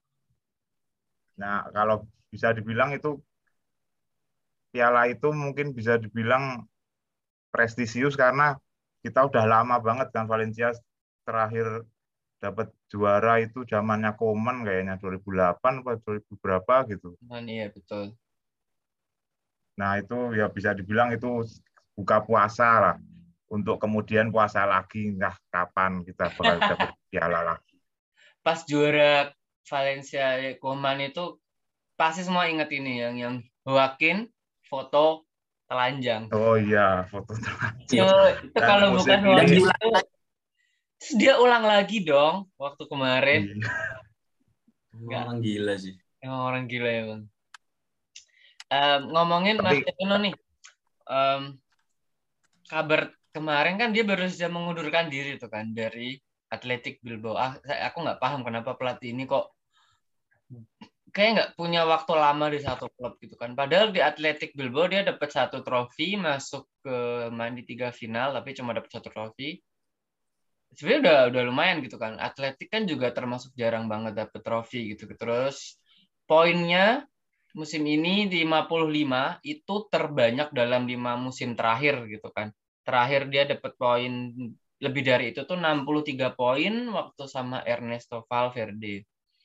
Nah, kalau bisa dibilang itu piala itu mungkin bisa dibilang prestisius karena kita udah lama banget kan Valencia terakhir dapat juara itu zamannya Koeman kayaknya dua ribu delapan atau dua ribu berapa gitu. Nah, iya betul. Nah, itu ya bisa dibilang itu buka puasa lah. Untuk kemudian puasa lagi, entah kapan kita bakal dapat piala lagi. Pas juara Valencia Koeman itu pasti semua ingat ini yang yang Joaquin foto telanjang. Oh iya, foto telanjang. So, itu kalau bukan Joaquin itu terus dia ulang lagi dong waktu kemarin. Iya. Orang gila sih. Emang orang gila ya bang. Um, ngomongin Mas Marcelino nih, um, kabar kemarin kan dia baru saja mengundurkan diri tuh kan dari Athletic Bilbao. Ah, saya, aku nggak paham kenapa pelatih ini kok kayak nggak punya waktu lama di satu klub gitu kan. Padahal di Athletic Bilbao dia dapat satu trofi, masuk ke main di tiga final, tapi cuma dapat satu trofi. sebenarnya udah udah lumayan gitu kan. Atletik kan juga termasuk jarang banget dapet trofi gitu. Terus poinnya musim ini di lima puluh lima itu terbanyak dalam lima musim terakhir gitu kan. Terakhir dia dapat poin lebih dari itu tuh enam puluh tiga poin waktu sama Ernesto Valverde.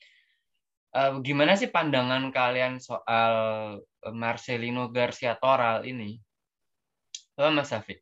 Uh, gimana sih pandangan kalian soal Marcelino Garcia Toral ini? Oh, Mas Safik.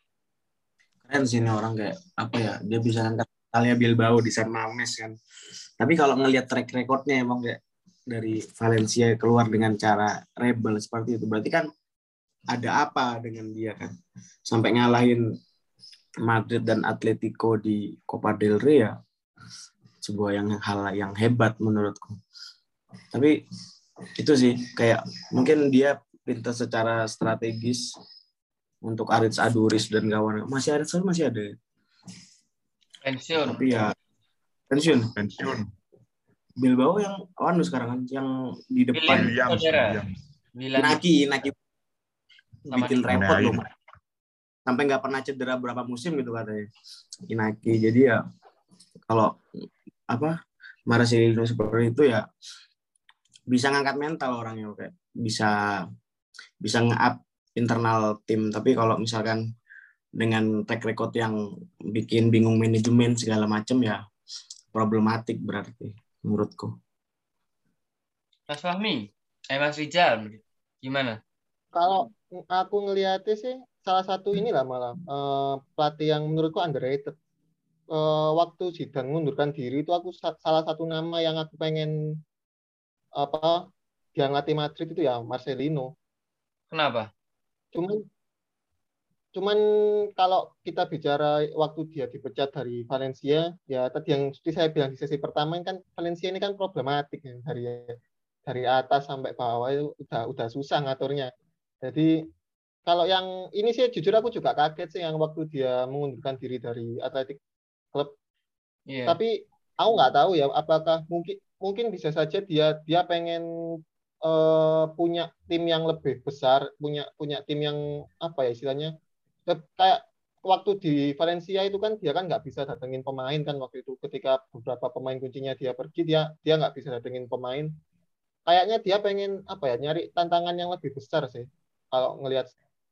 Keren sih ini orang, kayak apa ya, dia bisa angkat Talia Bilbao di San Mames kan. Tapi kalau ngelihat track recordnya emang kayak dari Valencia keluar dengan cara rebel seperti itu, berarti kan ada apa dengan dia kan, sampai ngalahin Madrid dan Atletico di Copa del Rey ya, sebuah yang hal yang hebat menurutku. Tapi itu sih kayak mungkin dia pintar secara strategis untuk Aritz Aduriz dan kawan. Masih Aritz Aduriz masih ada. Pensiun. Tapi ya pensiun. Pensiun. Bilbao yang anu sekarang kan, yang di depan. Williams. Williams. Inaki, Inaki bikin repot Main. loh. Sampai nggak pernah cedera berapa musim gitu katanya Inaki. Jadi ya kalau apa Marcelino seperti itu ya bisa ngangkat mental orangnya, kayak bisa bisa nge-up internal tim. Tapi kalau misalkan dengan track record yang bikin bingung manajemen segala macam ya problematik berarti menurutku. Mas Fahmi, eh Mas Rizal, gimana? Kalau aku ngelihatnya sih salah satu inilah malah uh, pelatih yang menurutku underrated. Uh, waktu Zidane mengundurkan diri itu aku sa- salah satu nama yang aku pengen apa dia ngelatih Madrid itu ya Marcelino. Kenapa? Cuman cuman kalau kita bicara waktu dia dipecat dari Valencia, ya tadi yang seperti saya bilang di sesi pertama kan Valencia ini kan problematik ya, dari dari atas sampai bawah itu udah udah susah ngaturnya. Jadi kalau yang ini sih jujur aku juga kaget sih yang waktu dia mengundurkan diri dari Athletic Club. Yeah. Tapi aku nggak tahu ya apakah mungkin mungkin bisa saja dia dia pengen uh, punya tim yang lebih besar, punya punya tim yang apa ya istilahnya kayak waktu di Valencia itu kan dia kan nggak bisa datengin pemain kan waktu itu ketika beberapa pemain kuncinya dia pergi dia dia nggak bisa datengin pemain. Kayaknya dia pengen apa ya nyari tantangan yang lebih besar sih kalau ngelihat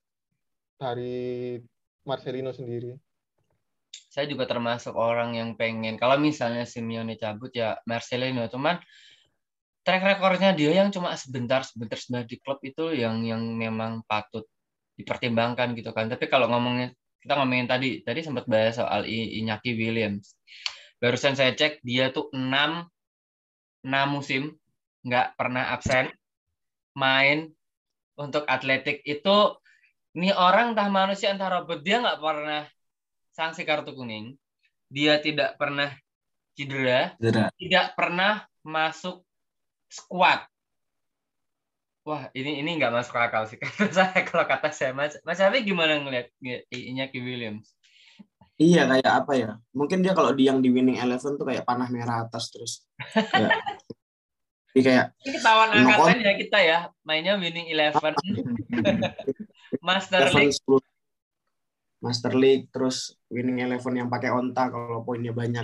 dari Marcelino sendiri. Saya juga termasuk orang yang pengen kalau misalnya Simeone cabut ya Marcelino, cuman track recordnya dia yang cuma sebentar sebentar sebentar di klub itu yang yang memang patut dipertimbangkan gitu kan. Tapi kalau ngomongin kita ngomongin tadi tadi sempat bahas soal Iñaki Williams. Barusan saya cek dia tuh enam musim nggak pernah absen main untuk Atletik. Itu ini orang entah manusia entah robot, dia nggak pernah sanksi kartu kuning, dia tidak pernah cedera, cedera. tidak pernah masuk squad. Wah, ini ini nggak masuk akal sih kata saya. Kalau kata saya, Mas Mas Afi gimana ngelihat Iñaki Williams? Iya kayak apa ya? Mungkin dia kalau di yang di Winning Eleven tuh kayak panah merah atas terus. Kayak, kayak ini ketahuan angkatan ya kita ya, mainnya Winning Eleven, Master League. Master League, terus Winning Eleven yang pakai onta kalau poinnya banyak.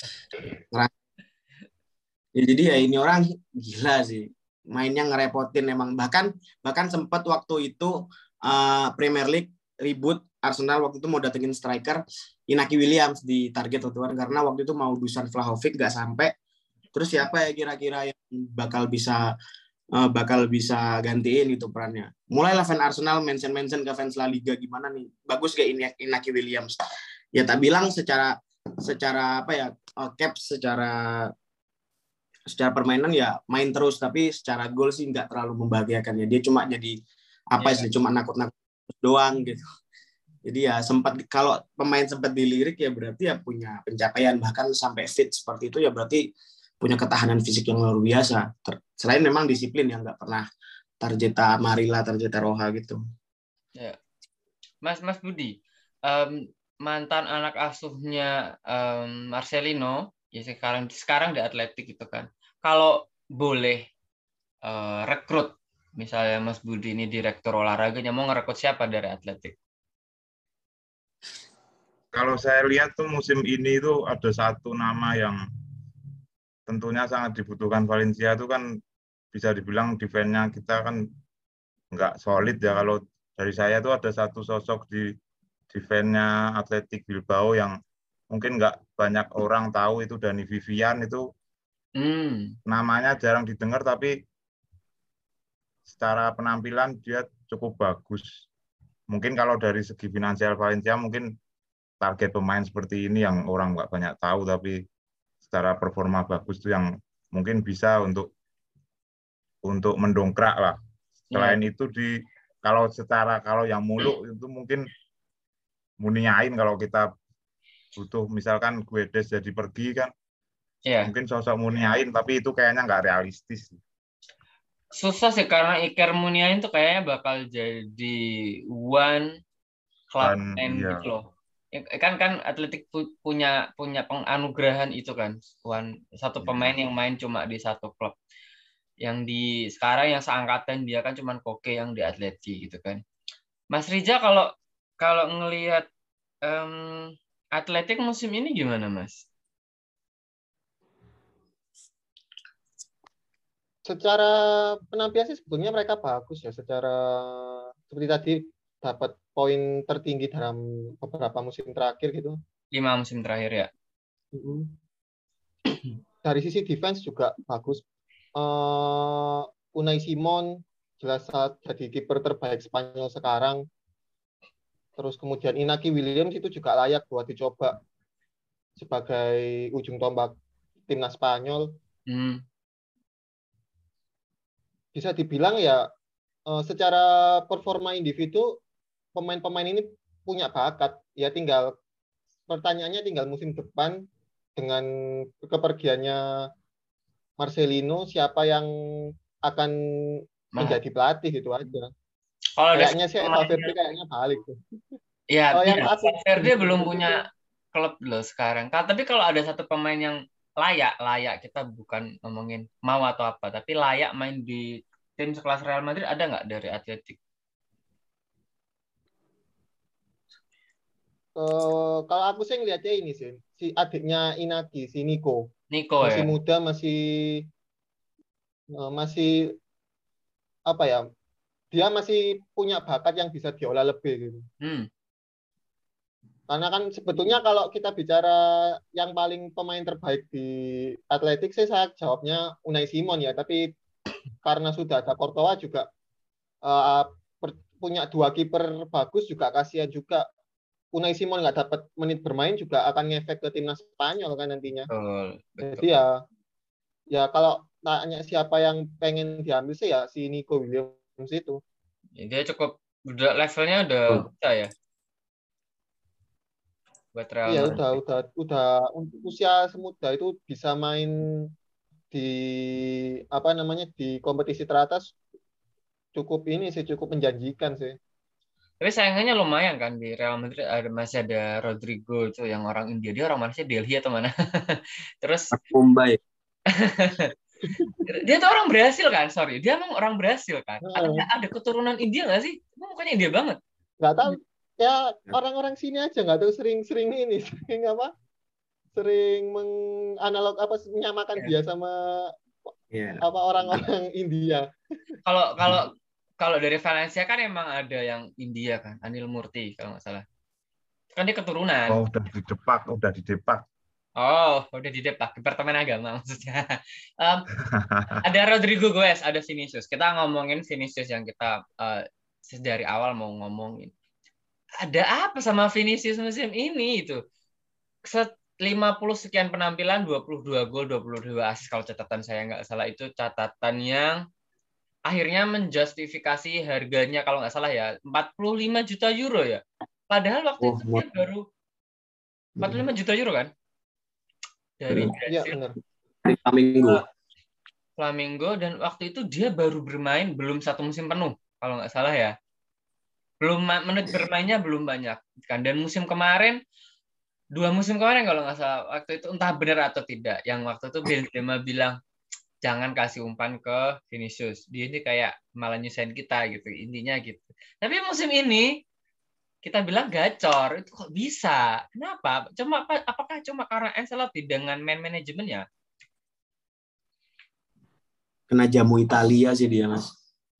Ya, jadi ya ini orang gila sih, mainnya ngerepotin emang. Bahkan bahkan sempat waktu itu uh, Premier League ribut, Arsenal waktu itu mau datengin striker Inaki Williams di target waktu itu karena waktu itu mau Dusan Vlahovic nggak sampai. Terus siapa ya kira-kira yang bakal bisa uh, bakal bisa gantiin itu perannya. Mulailah fans Arsenal mention-mention ke fans La Liga gimana nih, bagus gak ini Inaki Williams. Ya tak bilang secara secara apa ya uh, cap secara secara permainan ya main terus, tapi secara gol sih nggak terlalu membahagiakan ya. Dia cuma jadi apa yeah. sih cuma nakut-nakut doang gitu. Jadi ya sempat kalau pemain sempat dilirik ya berarti ya punya pencapaian, bahkan sampai fit seperti itu ya berarti punya ketahanan fisik yang luar biasa. Selain memang disiplin yang nggak pernah tarjeta Marila, tarjeta Roja gitu. Ya. Mas Mas Budi, um, mantan anak asuhnya um, Marcelino ya sekarang sekarang di Atletik gitu kan. Kalau boleh uh, rekrut misalnya Mas Budi ini direktur olahraganya mau ngerekrut siapa dari Atletik? kalau saya lihat tuh musim ini tuh ada satu nama yang tentunya sangat dibutuhkan Valencia itu kan bisa dibilang defense-nya kita kan nggak solid ya. Kalau dari saya tuh ada satu sosok di defense-nya Athletic Bilbao yang mungkin nggak banyak orang tahu, itu Dani Vivian. Itu Hmm. namanya jarang didengar tapi secara penampilan dia cukup bagus. Mungkin kalau dari segi finansial Valencia mungkin target pemain seperti ini yang orang nggak banyak tahu tapi secara performa bagus tuh yang mungkin bisa untuk untuk mendongkrak lah. Selain Ya. itu di kalau secara kalau yang muluk itu mungkin Muniain kalau kita butuh misalkan Guedes jadi pergi kan Ya. mungkin sosok Muniain tapi itu kayaknya nggak realistis. Susah sih karena Iker Muniain tuh kayaknya bakal jadi one club Dan man iya. gitu loh. Kan kan Atletik pu- punya punya penganugerahan itu kan, one satu Iya. pemain yang main cuma di satu klub. Yang di sekarang yang seangkatan dia kan cuma Koke yang di Atleti gitu kan. Mas Rija kalau kalau ngelihat em, Atletik musim ini gimana Mas? Secara penampilan sih sebetulnya mereka bagus ya. Secara seperti tadi dapat poin tertinggi dalam beberapa musim terakhir gitu. Lima musim terakhir ya. Mm-mm. Dari sisi defense juga bagus. Uh, Unai Simon jelas saat jadi kiper terbaik Spanyol sekarang. Terus kemudian Inaki Williams itu juga layak buat dicoba sebagai ujung tombak timnas Spanyol. Hmm. Bisa dibilang ya uh, secara performa individu pemain-pemain ini punya bakat. Ya tinggal pertanyaannya tinggal musim depan dengan kepergiannya Marcelino siapa yang akan menjadi pelatih gitu aja. Kalau kayaknya sih Valverde kayaknya balik tuh. Ya, oh, ya yang aku Valverde belum punya klub loh sekarang. Tapi kalau ada satu pemain yang layak, layak kita bukan ngomongin mau atau apa, tapi layak main di tim sekelas Real Madrid ada nggak dari Atletik? Uh, kalau aku sih ngeliatnya ini sih, si adiknya Inaki, si Nico. Nico masih ya. muda, masih uh, masih apa ya? Dia masih punya bakat yang bisa diolah lebih gitu. Hmm. Karena kan sebetulnya kalau kita bicara yang paling pemain terbaik di Atletik sih saya jawabnya Unai Simon ya, tapi karena sudah ada Courtois juga uh, per, punya dua kiper bagus juga kasihan juga. Unai Simon nggak dapat menit bermain juga akan ngefek ke timnas Spanyol kan nantinya. Betul, betul. Jadi ya, ya kalau tanya siapa yang pengen diambil sih ya si Nico Williams itu. Ya, dia cukup udah levelnya udah Oh. bisa ya. Buat Real Iya Madrid. udah udah udah untuk usia semuda itu bisa main di apa namanya di kompetisi teratas cukup ini sih cukup menjanjikan sih. Tapi sayangnya lumayan kan di Real Madrid ada masih ada Rodrigo itu yang orang India, dia orang mana sih, Delhi atau mana? Terus Mumbai. dia tuh orang Brasil kan, sorry dia emang orang Brasil kan. Ada ada keturunan India nggak sih? Mukanya India banget. Nggak tahu ya orang-orang sini aja nggak tahu sering-sering ini sering apa? Sering menganalog apa menyamakan Yeah. dia sama Yeah. apa orang-orang India. Kalau kalau kalau dari Valencia kan emang ada yang India kan, Anil Murti kalau nggak salah. Kan dia keturunan. Oh, udah didepak, udah didepak. Oh, udah didepak Departemen Agama maksudnya. um, ada Rodrigo Goes, ada Vinicius. Kita ngomongin Vinicius yang kita uh, dari awal mau ngomongin. Ada apa sama Vinicius musim ini itu? lima puluh sekian penampilan, dua puluh dua gol, dua puluh dua assist kalau catatan saya nggak salah, itu catatan yang akhirnya menjustifikasi harganya kalau nggak salah ya empat puluh lima juta euro ya. Padahal waktu Oh, itu dia baru empat puluh lima juta euro kan? Dari Iya Brasil. benar. Flamingo. Flamingo, dan waktu itu dia baru bermain belum satu musim penuh kalau nggak salah ya. Belum menit bermainnya belum banyak kan, dan musim kemarin dua musim kemarin kalau nggak salah waktu itu entah benar atau tidak yang waktu itu Benzema bilang jangan kasih umpan ke Vinicius, dia ini kayak malah nyusahin kita gitu intinya gitu. Tapi musim ini kita bilang gacor. Itu kok bisa? Kenapa? Cuma apakah cuma karena Ancelotti dengan man manajemennya? Kena jamu Italia sih dia, Mas.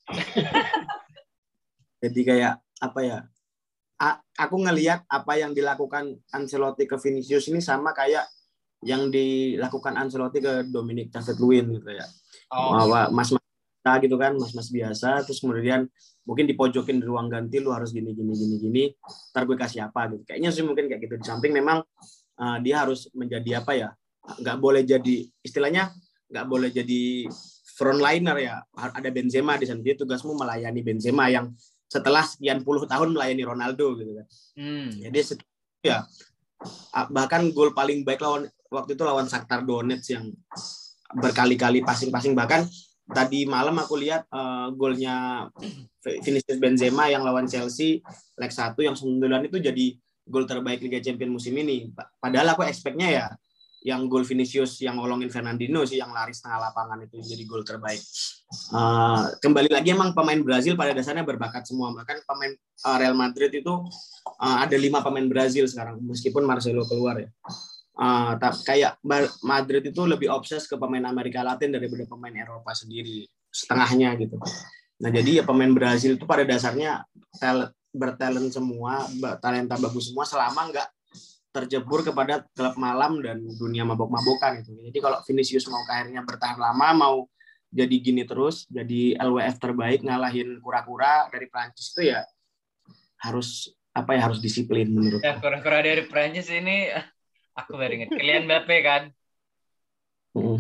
Jadi kayak apa ya? A- aku ngelihat apa yang dilakukan Ancelotti ke Vinicius ini sama kayak yang dilakukan Ancelotti ke Dominic Calvert-Lewin gitu ya. Oh. Bahwa mas-mas gitu kan, mas-mas biasa, terus kemudian mungkin dipojokin di ruang ganti, lu harus gini gini gini gini, ntar gue kasih apa gitu. Kayaknya sih mungkin kayak gitu. Di samping memang uh, dia harus menjadi apa ya? Nggak boleh jadi istilahnya nggak boleh jadi frontliner ya. Ada Benzema di sana, dia tugasmu melayani Benzema yang setelah sekian puluh tahun melayani Ronaldo gitu kan. Hmm. Jadi ya bahkan gol paling baik lawan waktu itu lawan Shakhtar Donetsk yang berkali-kali passing-passing, bahkan tadi malam aku lihat uh, golnya Vinicius Benzema yang lawan Chelsea leg satu yang sembilan itu jadi gol terbaik Liga Champions musim ini. Padahal aku expect-nya ya yang gol Vinicius yang ngolongin Fernandinho sih yang lari setengah lapangan itu jadi gol terbaik. Uh, kembali lagi emang pemain Brazil pada dasarnya berbakat semua. Bahkan pemain uh, Real Madrid itu uh, ada lima pemain Brazil sekarang meskipun Marcelo keluar ya. Uh, kayak Madrid itu lebih obses ke pemain Amerika Latin daripada pemain Eropa sendiri setengahnya gitu. Nah jadi ya pemain Brazil itu pada dasarnya talent, bertalent semua, talenta bagus semua selama nggak terjebur kepada klub malam dan dunia mabok-mabokan itu. Jadi kalau Vinicius mau karirnya bertahan lama, mau jadi gini terus, jadi L W F terbaik ngalahin kura-kura dari Prancis itu ya harus apa ya harus disiplin menurut. Ya kura-kura dari Prancis ini. Aku baru ingat Kylian Mbappe kan. Uh.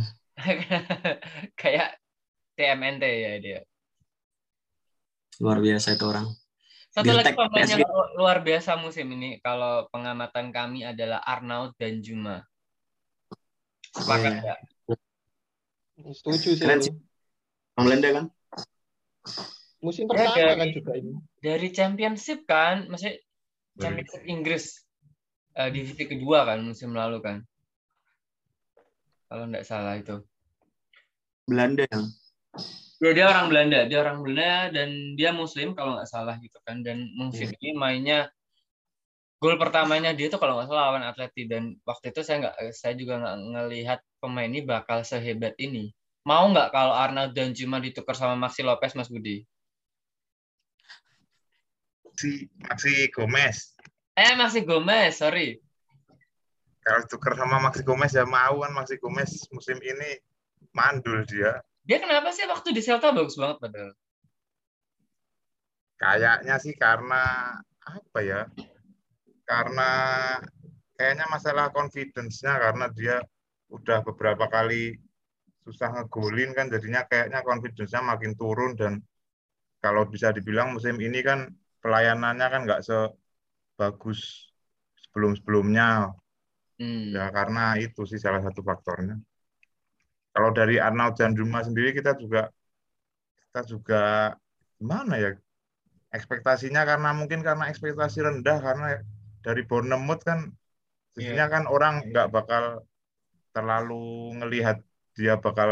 Kayak T M N T ya dia. Luar biasa itu orang. Satu Dirtek, lagi pemain yang luar biasa musim ini kalau pengamatan kami adalah Arnaud Danjuma. Sepakat ya? Setuju sih. Keren sih. Belanda kan? Musim pertama ya, dari, kan juga ini. Dari Championship kan, maksudnya Championship Inggris. Uh, divisi kedua kan musim lalu kan, kalau nggak salah itu Belanda ya. Ya dia orang Belanda, dia orang Belanda dan dia Muslim kalau nggak salah gitu kan, dan musim hmm. ini mainnya gol pertamanya dia tuh kalau nggak salah lawan Atleti, dan waktu itu saya nggak saya juga nggak ngelihat pemain ini bakal sehebat ini. Mau nggak kalau Arnaud Danjuma ditukar sama Maxi Lopez, Mas Budi? Si Maxi Gomez. Eh, Maxi Gomez, sorry. Kalau tuker sama Maxi Gomez ya mau kan, Maxi Gomez musim ini mandul dia. Dia kenapa sih waktu di Celta bagus banget padahal? Kayaknya sih karena apa ya? Karena kayaknya masalah confidence-nya, karena dia udah beberapa kali susah ngegolin kan, jadinya kayaknya confidence-nya makin turun, dan kalau bisa dibilang musim ini kan pelayanannya kan nggak se bagus sebelum-sebelumnya. Hmm. Ya karena itu sih salah satu faktornya. Kalau dari Arnaud Danjuma sendiri kita juga kita juga gimana ya? Ekspektasinya karena mungkin karena ekspektasi rendah, karena dari Bournemouth kan jadinya yeah. kan orang nggak bakal terlalu ngelihat dia bakal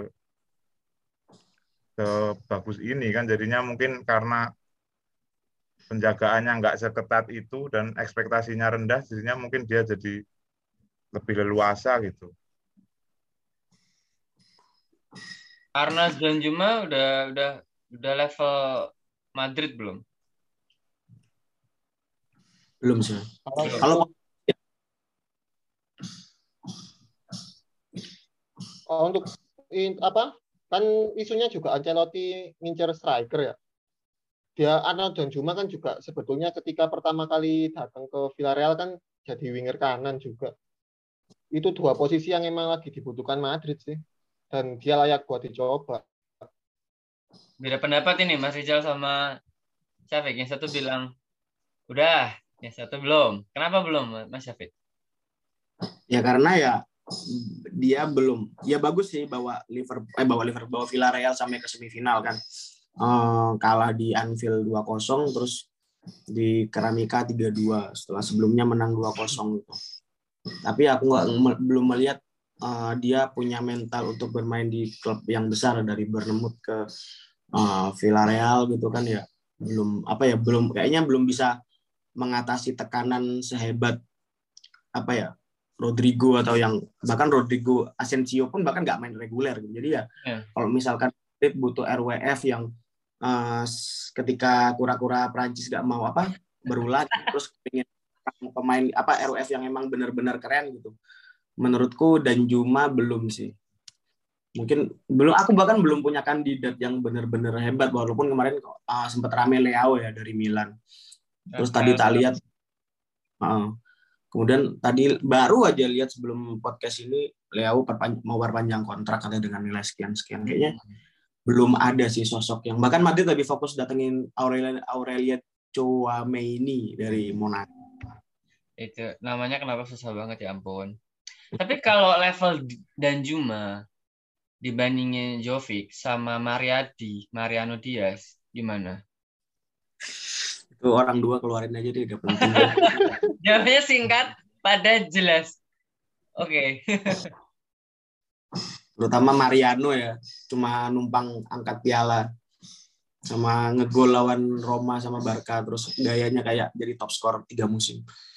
sebagus ini kan, jadinya mungkin karena penjagaannya nggak seketat itu dan ekspektasinya rendah, jadinya mungkin dia jadi lebih leluasa gitu. Arnaud Danjuma udah udah udah level Madrid belum? Belum sih. Kalau oh, untuk in, apa? Kan isunya juga Ancelotti ngincer striker ya. Dia Arnaud Danjuma kan juga sebetulnya ketika pertama kali datang ke Villarreal kan jadi winger kanan juga. Itu dua posisi yang emang lagi dibutuhkan Madrid sih. Dan dia layak buat dicoba. Beda pendapat ini Mas Rizal sama Syafiq. Yang satu bilang udah, yang satu belum. Kenapa belum, Mas Syafiq? Ya karena ya dia belum. Ya bagus sih bawa Liverpool, eh bawa Liverpool, bawa Villarreal sampai ke semifinal kan. Uh, kalah di Anfield dua kosong, terus di Keramika tiga dua setelah sebelumnya menang dua kosong gitu. Tapi aku nggak belum melihat uh, dia punya mental untuk bermain di klub yang besar, dari Bournemouth ke uh, Villarreal gitu kan ya. Belum apa ya belum kayaknya belum bisa mengatasi tekanan sehebat apa ya Rodrigo atau yang bahkan Rodrigo Asensio pun bahkan nggak main reguler gitu. Jadi ya yeah. Kalau misalkan butuh R W F yang uh, ketika kura-kura Prancis nggak mau apa berulat terus pengen pemain apa R W F yang emang benar-benar keren gitu. Menurutku Danjuma belum sih. Mungkin belum aku bahkan belum punya kandidat yang benar-benar hebat walaupun kemarin uh, sempat rame Leao ya dari Milan. Terus tadi tak lihat uh, kemudian tadi baru aja lihat sebelum podcast ini Leao perpanj- mau perpanjang kontrak katanya dengan nilai sekian-sekian. Kayaknya belum ada sih sosok yang bahkan Madrid lebih fokus datengin Aurelien Aurelien Tchouameni dari Monaco. Itu namanya kenapa susah banget ya ampun. Tapi kalau level Danjuma dibandingin Jovic sama Mariadi, Mariano Diaz gimana? Itu orang dua keluarin aja deh, gak penting. Jawabnya singkat, padat, jelas. Oke. Okay. Terutama Mariano ya, cuma numpang angkat piala. Sama ngegol lawan Roma sama Barca, terus gayanya kayak jadi top skor tiga musim.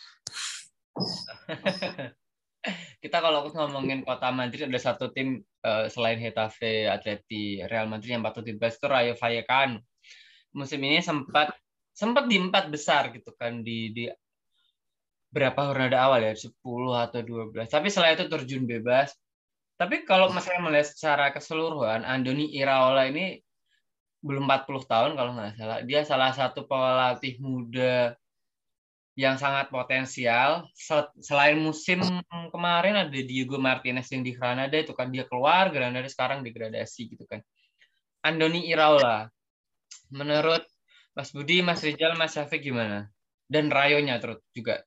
Kita kalau ngomongin kota Madrid ada satu tim uh, selain Getafe, Atleti, Real Madrid yang patut dibahas itu Rayo Vallecano. Musim ini sempat sempat di empat besar gitu kan di di berapa ronde awal ya sepuluh atau dua belas. Tapi setelah itu terjun bebas. Tapi kalau misalnya melihat secara keseluruhan Andoni Iraola ini belum empat puluh tahun kalau nggak salah. Dia salah satu pelatih muda yang sangat potensial. Selain musim kemarin ada Diego Martinez yang di Granada itu kan dia keluar, Granada sekarang degradasi gitu kan. Andoni Iraola, menurut Mas Budi, Mas Rizal, Mas Syafiq gimana? Dan Rayonya terus juga.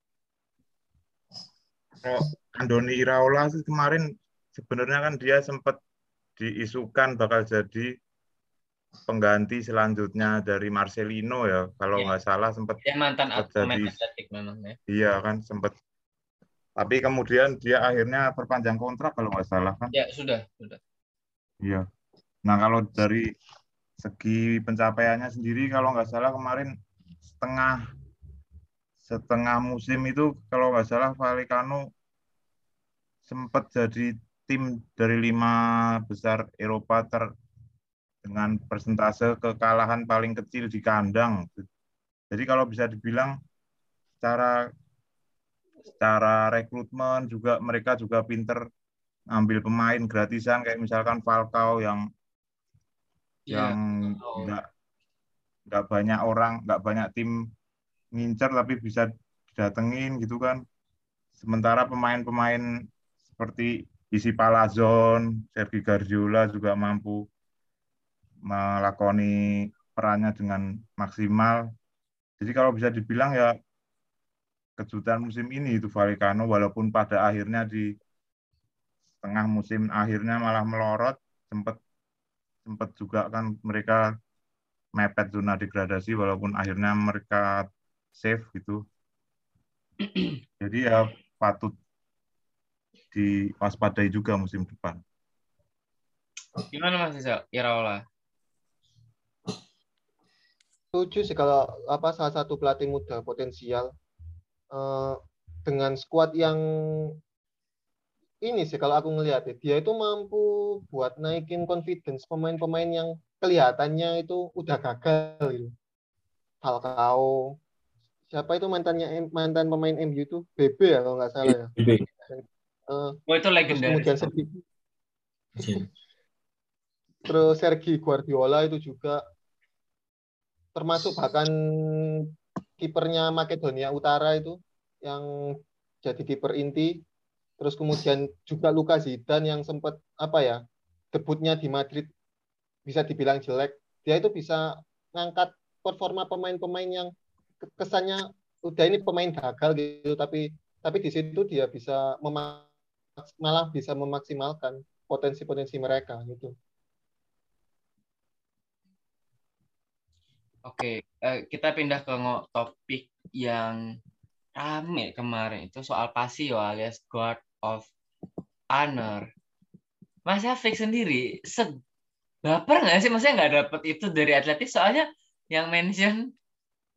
Kalau Andoni Iraola sih kemarin sebenarnya kan dia sempat diisukan bakal jadi pengganti selanjutnya dari Marcelino ya, kalau nggak ya. salah sempat ya, mantan jadi atletik memang ya. Iya kan sempat. Tapi kemudian dia akhirnya perpanjang kontrak kalau nggak salah kan. Ya sudah sudah. Iya. Nah kalau dari segi pencapaiannya sendiri kalau nggak salah kemarin setengah setengah musim itu kalau nggak salah Vallecano sempat jadi tim dari lima besar Eropa ter dengan persentase kekalahan paling kecil di kandang. Jadi kalau bisa dibilang secara secara rekrutmen juga mereka juga pinter ngambil pemain gratisan kayak misalkan Falcao yang yeah. yang nggak nggak banyak orang nggak banyak tim ngincer tapi bisa didatengin gitu kan. Sementara pemain-pemain seperti Isi Palazon, Sergi Guardiola juga mampu melakoni perannya dengan maksimal. Jadi kalau bisa dibilang ya kejutan musim ini itu Vallecano walaupun pada akhirnya di tengah musim akhirnya malah melorot, sempat sempat juga kan mereka mepet zona degradasi walaupun akhirnya mereka save gitu. Jadi ya patut diwaspadai juga musim depan. Gimana Mas Iraola? Setuju sih kalau apa salah satu pelatih muda potensial uh, dengan skuad yang ini sih kalau aku ngelihat ya, dia itu mampu buat naikin confidence pemain-pemain yang kelihatannya itu udah gagal gitu. Falcao, siapa itu mantannya mantan pemain M U itu B B ya kalau nggak salah ya. B B. Uh, oh itu legendaris. Kemudian Sergi, terus Sergi Guardiola itu juga termasuk bahkan kipernya Makedonia Utara itu yang jadi kiper inti, terus kemudian juga Lucas Zidane yang sempat apa ya debutnya di Madrid bisa dibilang jelek, dia itu bisa ngangkat performa pemain-pemain yang kesannya udah ini pemain gagal gitu, tapi tapi di situ dia bisa memaks- malah bisa memaksimalkan potensi-potensi mereka gitu. Oke, eh, kita pindah ke topik yang rame kemarin itu soal Pasio alias God of Honor. Mas Syafiq sendiri baper nggak sih? Maksudnya nggak dapet itu dari Atletik soalnya yang mention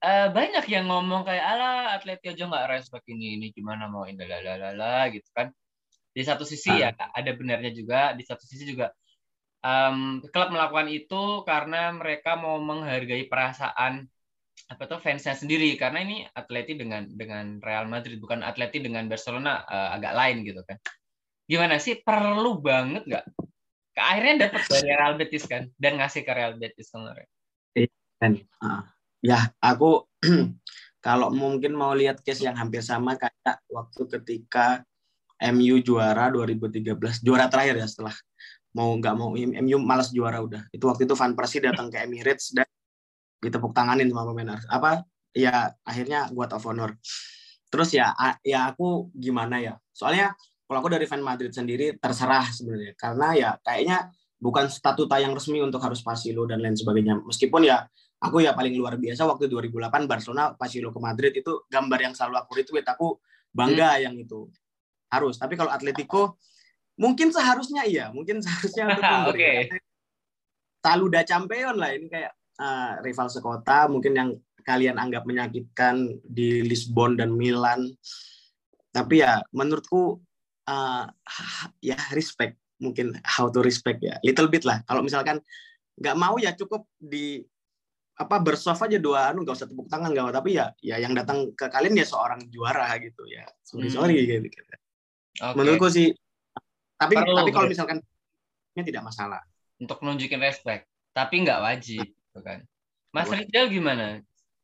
uh, banyak yang ngomong kayak ala Atleti aja nggak respect ini ini gimana mau ini lalalala gitu kan. Di satu sisi ya ada benarnya juga, di satu sisi juga um, klub melakukan itu karena mereka mau menghargai perasaan apa tuh fansnya sendiri, karena ini Atleti dengan dengan Real Madrid, bukan Atleti dengan Barcelona, uh, agak lain gitu kan. Gimana sih, perlu banget nggak? Akhirnya dapat dari Real Betis kan dan ngasih ke Real Betis kemarin. Uh, ya aku kalau mungkin mau lihat case yang hampir sama kayak waktu ketika M U juara dua ribu tiga belas, juara terakhir ya, setelah mau nggak mau M U malas juara udah. Itu waktu itu Van Persie datang ke Emirates dan ditepuk tanganin sama pemain apa ya, akhirnya guard of honor. Terus ya ya aku gimana ya, soalnya kalau aku dari fan Madrid sendiri terserah sebenarnya, karena ya kayaknya bukan statuta yang resmi untuk harus Pasilo dan lain sebagainya. Meskipun ya aku ya paling luar biasa waktu dua ribu delapan Barcelona Pasilo ke Madrid, itu gambar yang selalu aku retweet, aku bangga hmm. yang itu harus. Tapi kalau Atletico mungkin seharusnya iya, mungkin seharusnya untuk memberi okay. Saluda Champion lah, ini kayak uh, rival sekota mungkin yang kalian anggap menyakitkan di Lisbon dan Milan. Tapi ya menurutku uh, ya respect, mungkin how to respect ya, little bit lah. Kalau misalkan nggak mau ya cukup di apa bersoft aja dua anu, nggak usah tepuk tangan nggak apa, tapi ya ya yang datang ke kalian ya seorang juara gitu ya, sorry hmm. sorry gitu. Okay. Menurutku sih, tapi Perlu, tapi kalau misalkan ini tidak masalah untuk nunjukin respect, tapi nggak wajib, gitu kan. Mas Rizal gimana?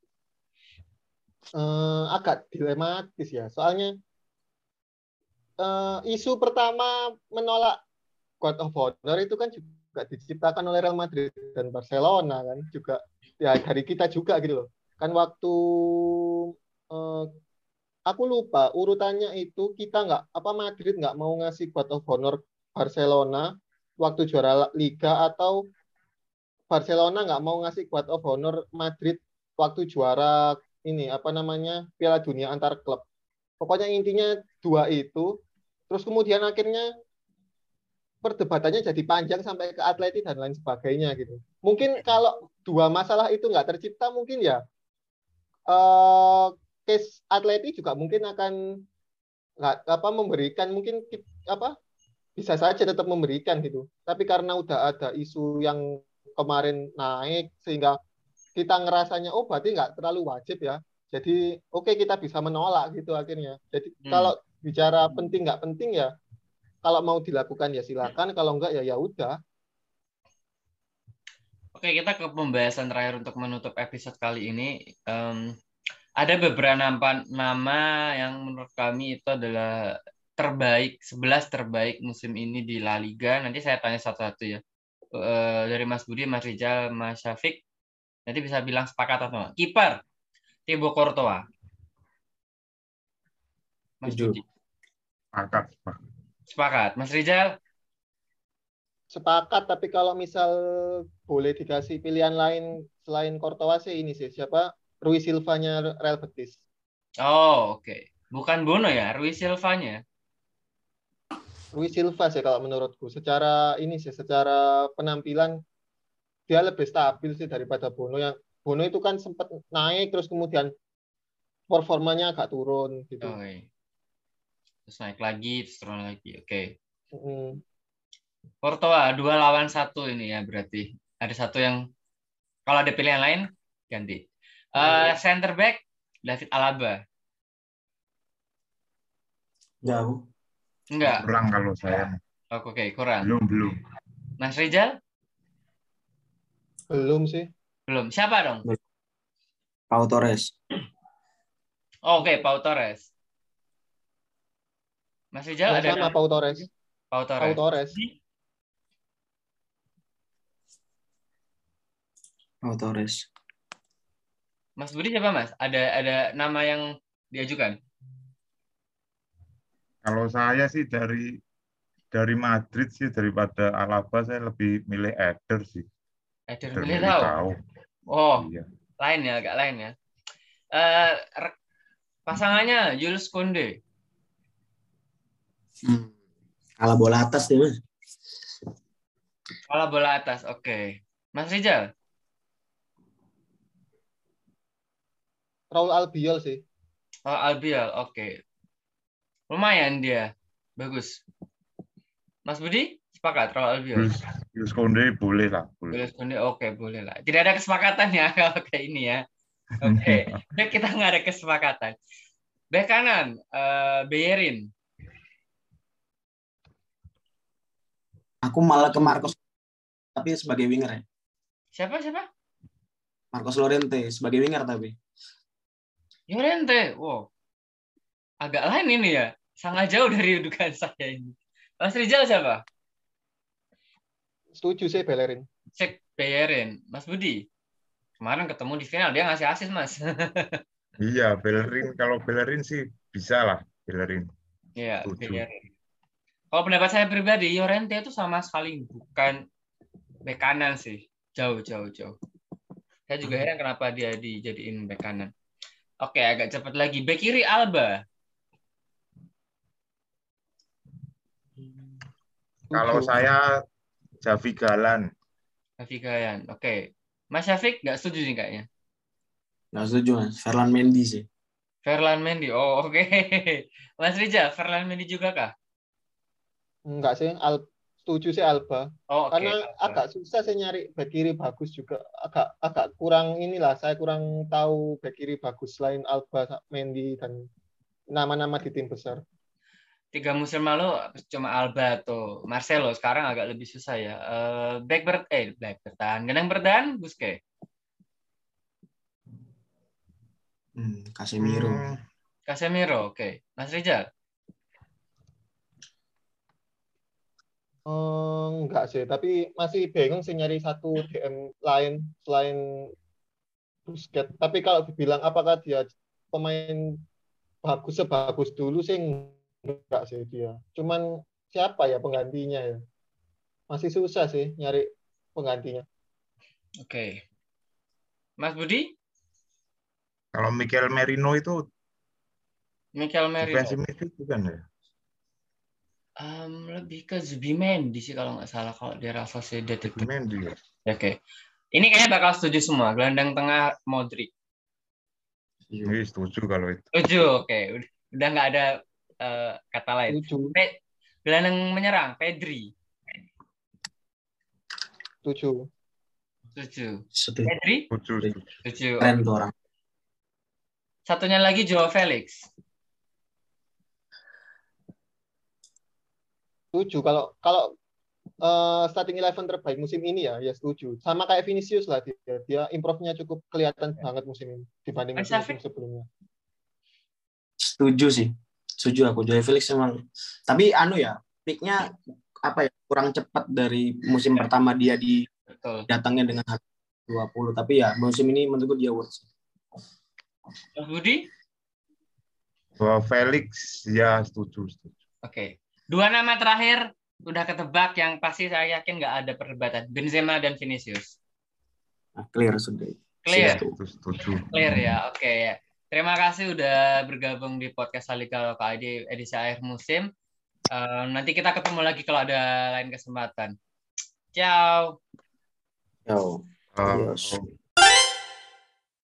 Uh, agak dilematis ya, soalnya uh, isu pertama menolak God of Honor itu kan juga diciptakan oleh Real Madrid dan Barcelona kan, juga ya dari kita juga gitu loh. Kan waktu uh, aku lupa urutannya itu, kita nggak apa Madrid nggak mau ngasih God of Honor Barcelona waktu juara Liga, atau Barcelona nggak mau ngasih God of Honor Madrid waktu juara ini apa namanya Piala Dunia antar klub. Pokoknya intinya dua itu. Terus kemudian akhirnya perdebatannya jadi panjang sampai ke Atleti dan lain sebagainya gitu. Mungkin kalau dua masalah itu nggak tercipta, mungkin ya uh, case Atleti juga mungkin akan nggak apa memberikan, mungkin apa bisa saja tetap memberikan gitu. Tapi karena udah ada isu yang kemarin naik sehingga kita ngerasanya oh berarti nggak terlalu wajib ya. Jadi oke okay, kita bisa menolak gitu akhirnya. Jadi hmm. kalau bicara penting nggak penting ya, kalau mau dilakukan ya silakan, kalau enggak ya ya udah. Oke, kita ke pembahasan terakhir untuk menutup episode kali ini. Um, ada beberapa nama, nama yang menurut kami itu adalah terbaik, sebelas terbaik musim ini di La Liga. Nanti saya tanya satu-satu ya. Uh, dari Mas Budi, Mas Rizal, Mas Syafiq. Nanti bisa bilang sepakat atau enggak. Kiper, Thibaut Courtois. Mas Budi. Sepakat. Sepakat. Mas Rizal? Sepakat, tapi kalau misal boleh dikasih pilihan lain selain Courtois sih ini sih, siapa? Rui Silva-nya Real Betis. Oh, oke. Okay. Bukan Bono ya, Rui Silva-nya. Rui Silva sih kalau menurutku. Secara ini sih, secara penampilan dia lebih stabil sih daripada Bono. Yang Bono itu kan sempat naik terus kemudian performanya agak turun gitu. Oh, iya. Terus naik lagi, terus turun lagi. Oke. Okay. Mm. Courtois dua lawan satu ini ya berarti. Ada satu yang kalau ada pilihan lain ganti. Uh, center back David Alaba. Jauh. Enggak. Kurang kalau saya. Oh, oke, okay, kurang. Belum, belum. Mas Rizal? Belum sih. Belum. Siapa dong? Pau Torres. Oh, oke, okay, Pau Torres. Mas Rizal ada sama Pau Torres. Pau Torres. Pau Torres. Pau Torres. Mas Budi siapa Mas? Ada ada nama yang diajukan? Kalau saya sih dari dari Madrid sih, daripada Alaba saya lebih milih Eder sih. Eder Militao. Oh, iya. Lain ya, agak lain ya. Uh, pasangannya Jules Koundé. Hmm. Kalah bola atas nih Mas. Kalah bola atas, oke. Okay. Mas Rizal? Raul Albiol sih. Oh, Albiol, oke. Lumayan dia. Bagus. Mas Budi, sepakat Raul Albiol? Jules, Jules Koundé boleh lah. Boleh. Jules Koundé, oke, boleh lah. Tidak ada kesepakatan ya kalau kayak ini ya. Oke, okay. Kita nggak ada kesepakatan. Bek kanan, uh, Bellerin. Aku malah ke Marcos, tapi sebagai winger ya. Siapa siapa? Marcos Llorente sebagai winger tapi. Llorente, wow, agak lain ini ya. Sangat jauh dari dugaan saya ini. Mas Rizal siapa? Setuju sih Bellerin. Cek Bellerin. Mas Budi. Kemarin ketemu di final dia ngasih asis, Mas. Iya, Bellerin, kalau Bellerin sih bisa lah, Bellerin. Iya, Bellerin. Kalau pendapat saya pribadi, Llorente itu sama sekali bukan bek kanan sih. Jauh, jauh, jauh. Saya juga heran kenapa dia dijadiin bek kanan. Oke, agak cepat lagi. Bek kiri Alba. Kalau saya Javi Galan. Javi Galan, oke. Mas Syafiq nggak setuju nih kayaknya. Nggak setuju, Mas. Ferland Mendy sih. Ferland Mendy, oh oke. Okay. Mas Rija, Ferland Mendy juga kah? Enggak sih, Al setuju sih Alba. Oh, okay. Karena Alba. Agak susah saya nyari back kiri bagus juga. Agak agak kurang inilah, saya kurang tahu back kiri bagus selain Alba, Mendy dan nama-nama di tim besar. Tiga musim lalu cuma Alba atau Marcelo, sekarang agak lebih susah ya. Uh, back ber eh back bertahan, gelandang bertahan Busquets. Hmm, Casemiro. Hmm. Casemiro, oke. Okay. Mas Rizal? Hmm, enggak sih, tapi masih bingung sih nyari satu D M lain selain Busquets. Tapi kalau dibilang apakah dia pemain bagus sebagus dulu sih enggak sih dia. Cuman siapa ya penggantinya ya? Masih susah sih nyari penggantinya. Oke. Okay. Mas Budi? Kalau Mikel Merino itu Mikel Merino. defensive midfield bukan ya? Um, lebih ke Zubimendi sih kalau nggak salah kalau di Real Sociedad itu. Zubimendi ya. Oke. Okay. Ini kayaknya bakal setuju semua. Gelandang tengah Modric. Iya, setuju kalau itu. Setuju, oke. Okay. Udah udah nggak ada uh, kata lain. Setuju. Pe gelandang menyerang Pedri. Setuju. Setuju. Setuju. Pedri? Setuju. Setuju. Keren tuh orang. Satunya lagi Joao Felix. Setuju. Kalau kalau uh, starting eleven terbaik musim ini ya, ya setuju. Sama kayak Vinicius lah dia. Dia improve-nya cukup kelihatan banget musim ini dibanding musim-musim sebelumnya. Setuju sih. Setuju aku. Joao Felix memang. Tapi anu ya, pick-nya apa ya, kurang cepat dari musim ya. Pertama dia di Betul. Datangnya dengan harga dua puluh. Tapi ya musim ini menurutku dia worth. Mas Budi? Joao Felix ya setuju. setuju. Oke. Okay. Dua nama terakhir udah ketebak yang pasti saya yakin nggak ada perdebatan. Benzema dan Vinicius. Nah, clear sudah. Clear. Setuju. Clear ya. Oke okay, ya. Terima kasih udah bergabung di podcast Salika Loka I D edisi akhir musim. Uh, nanti kita ketemu lagi kalau ada lain kesempatan. Ciao. Ciao. Adios.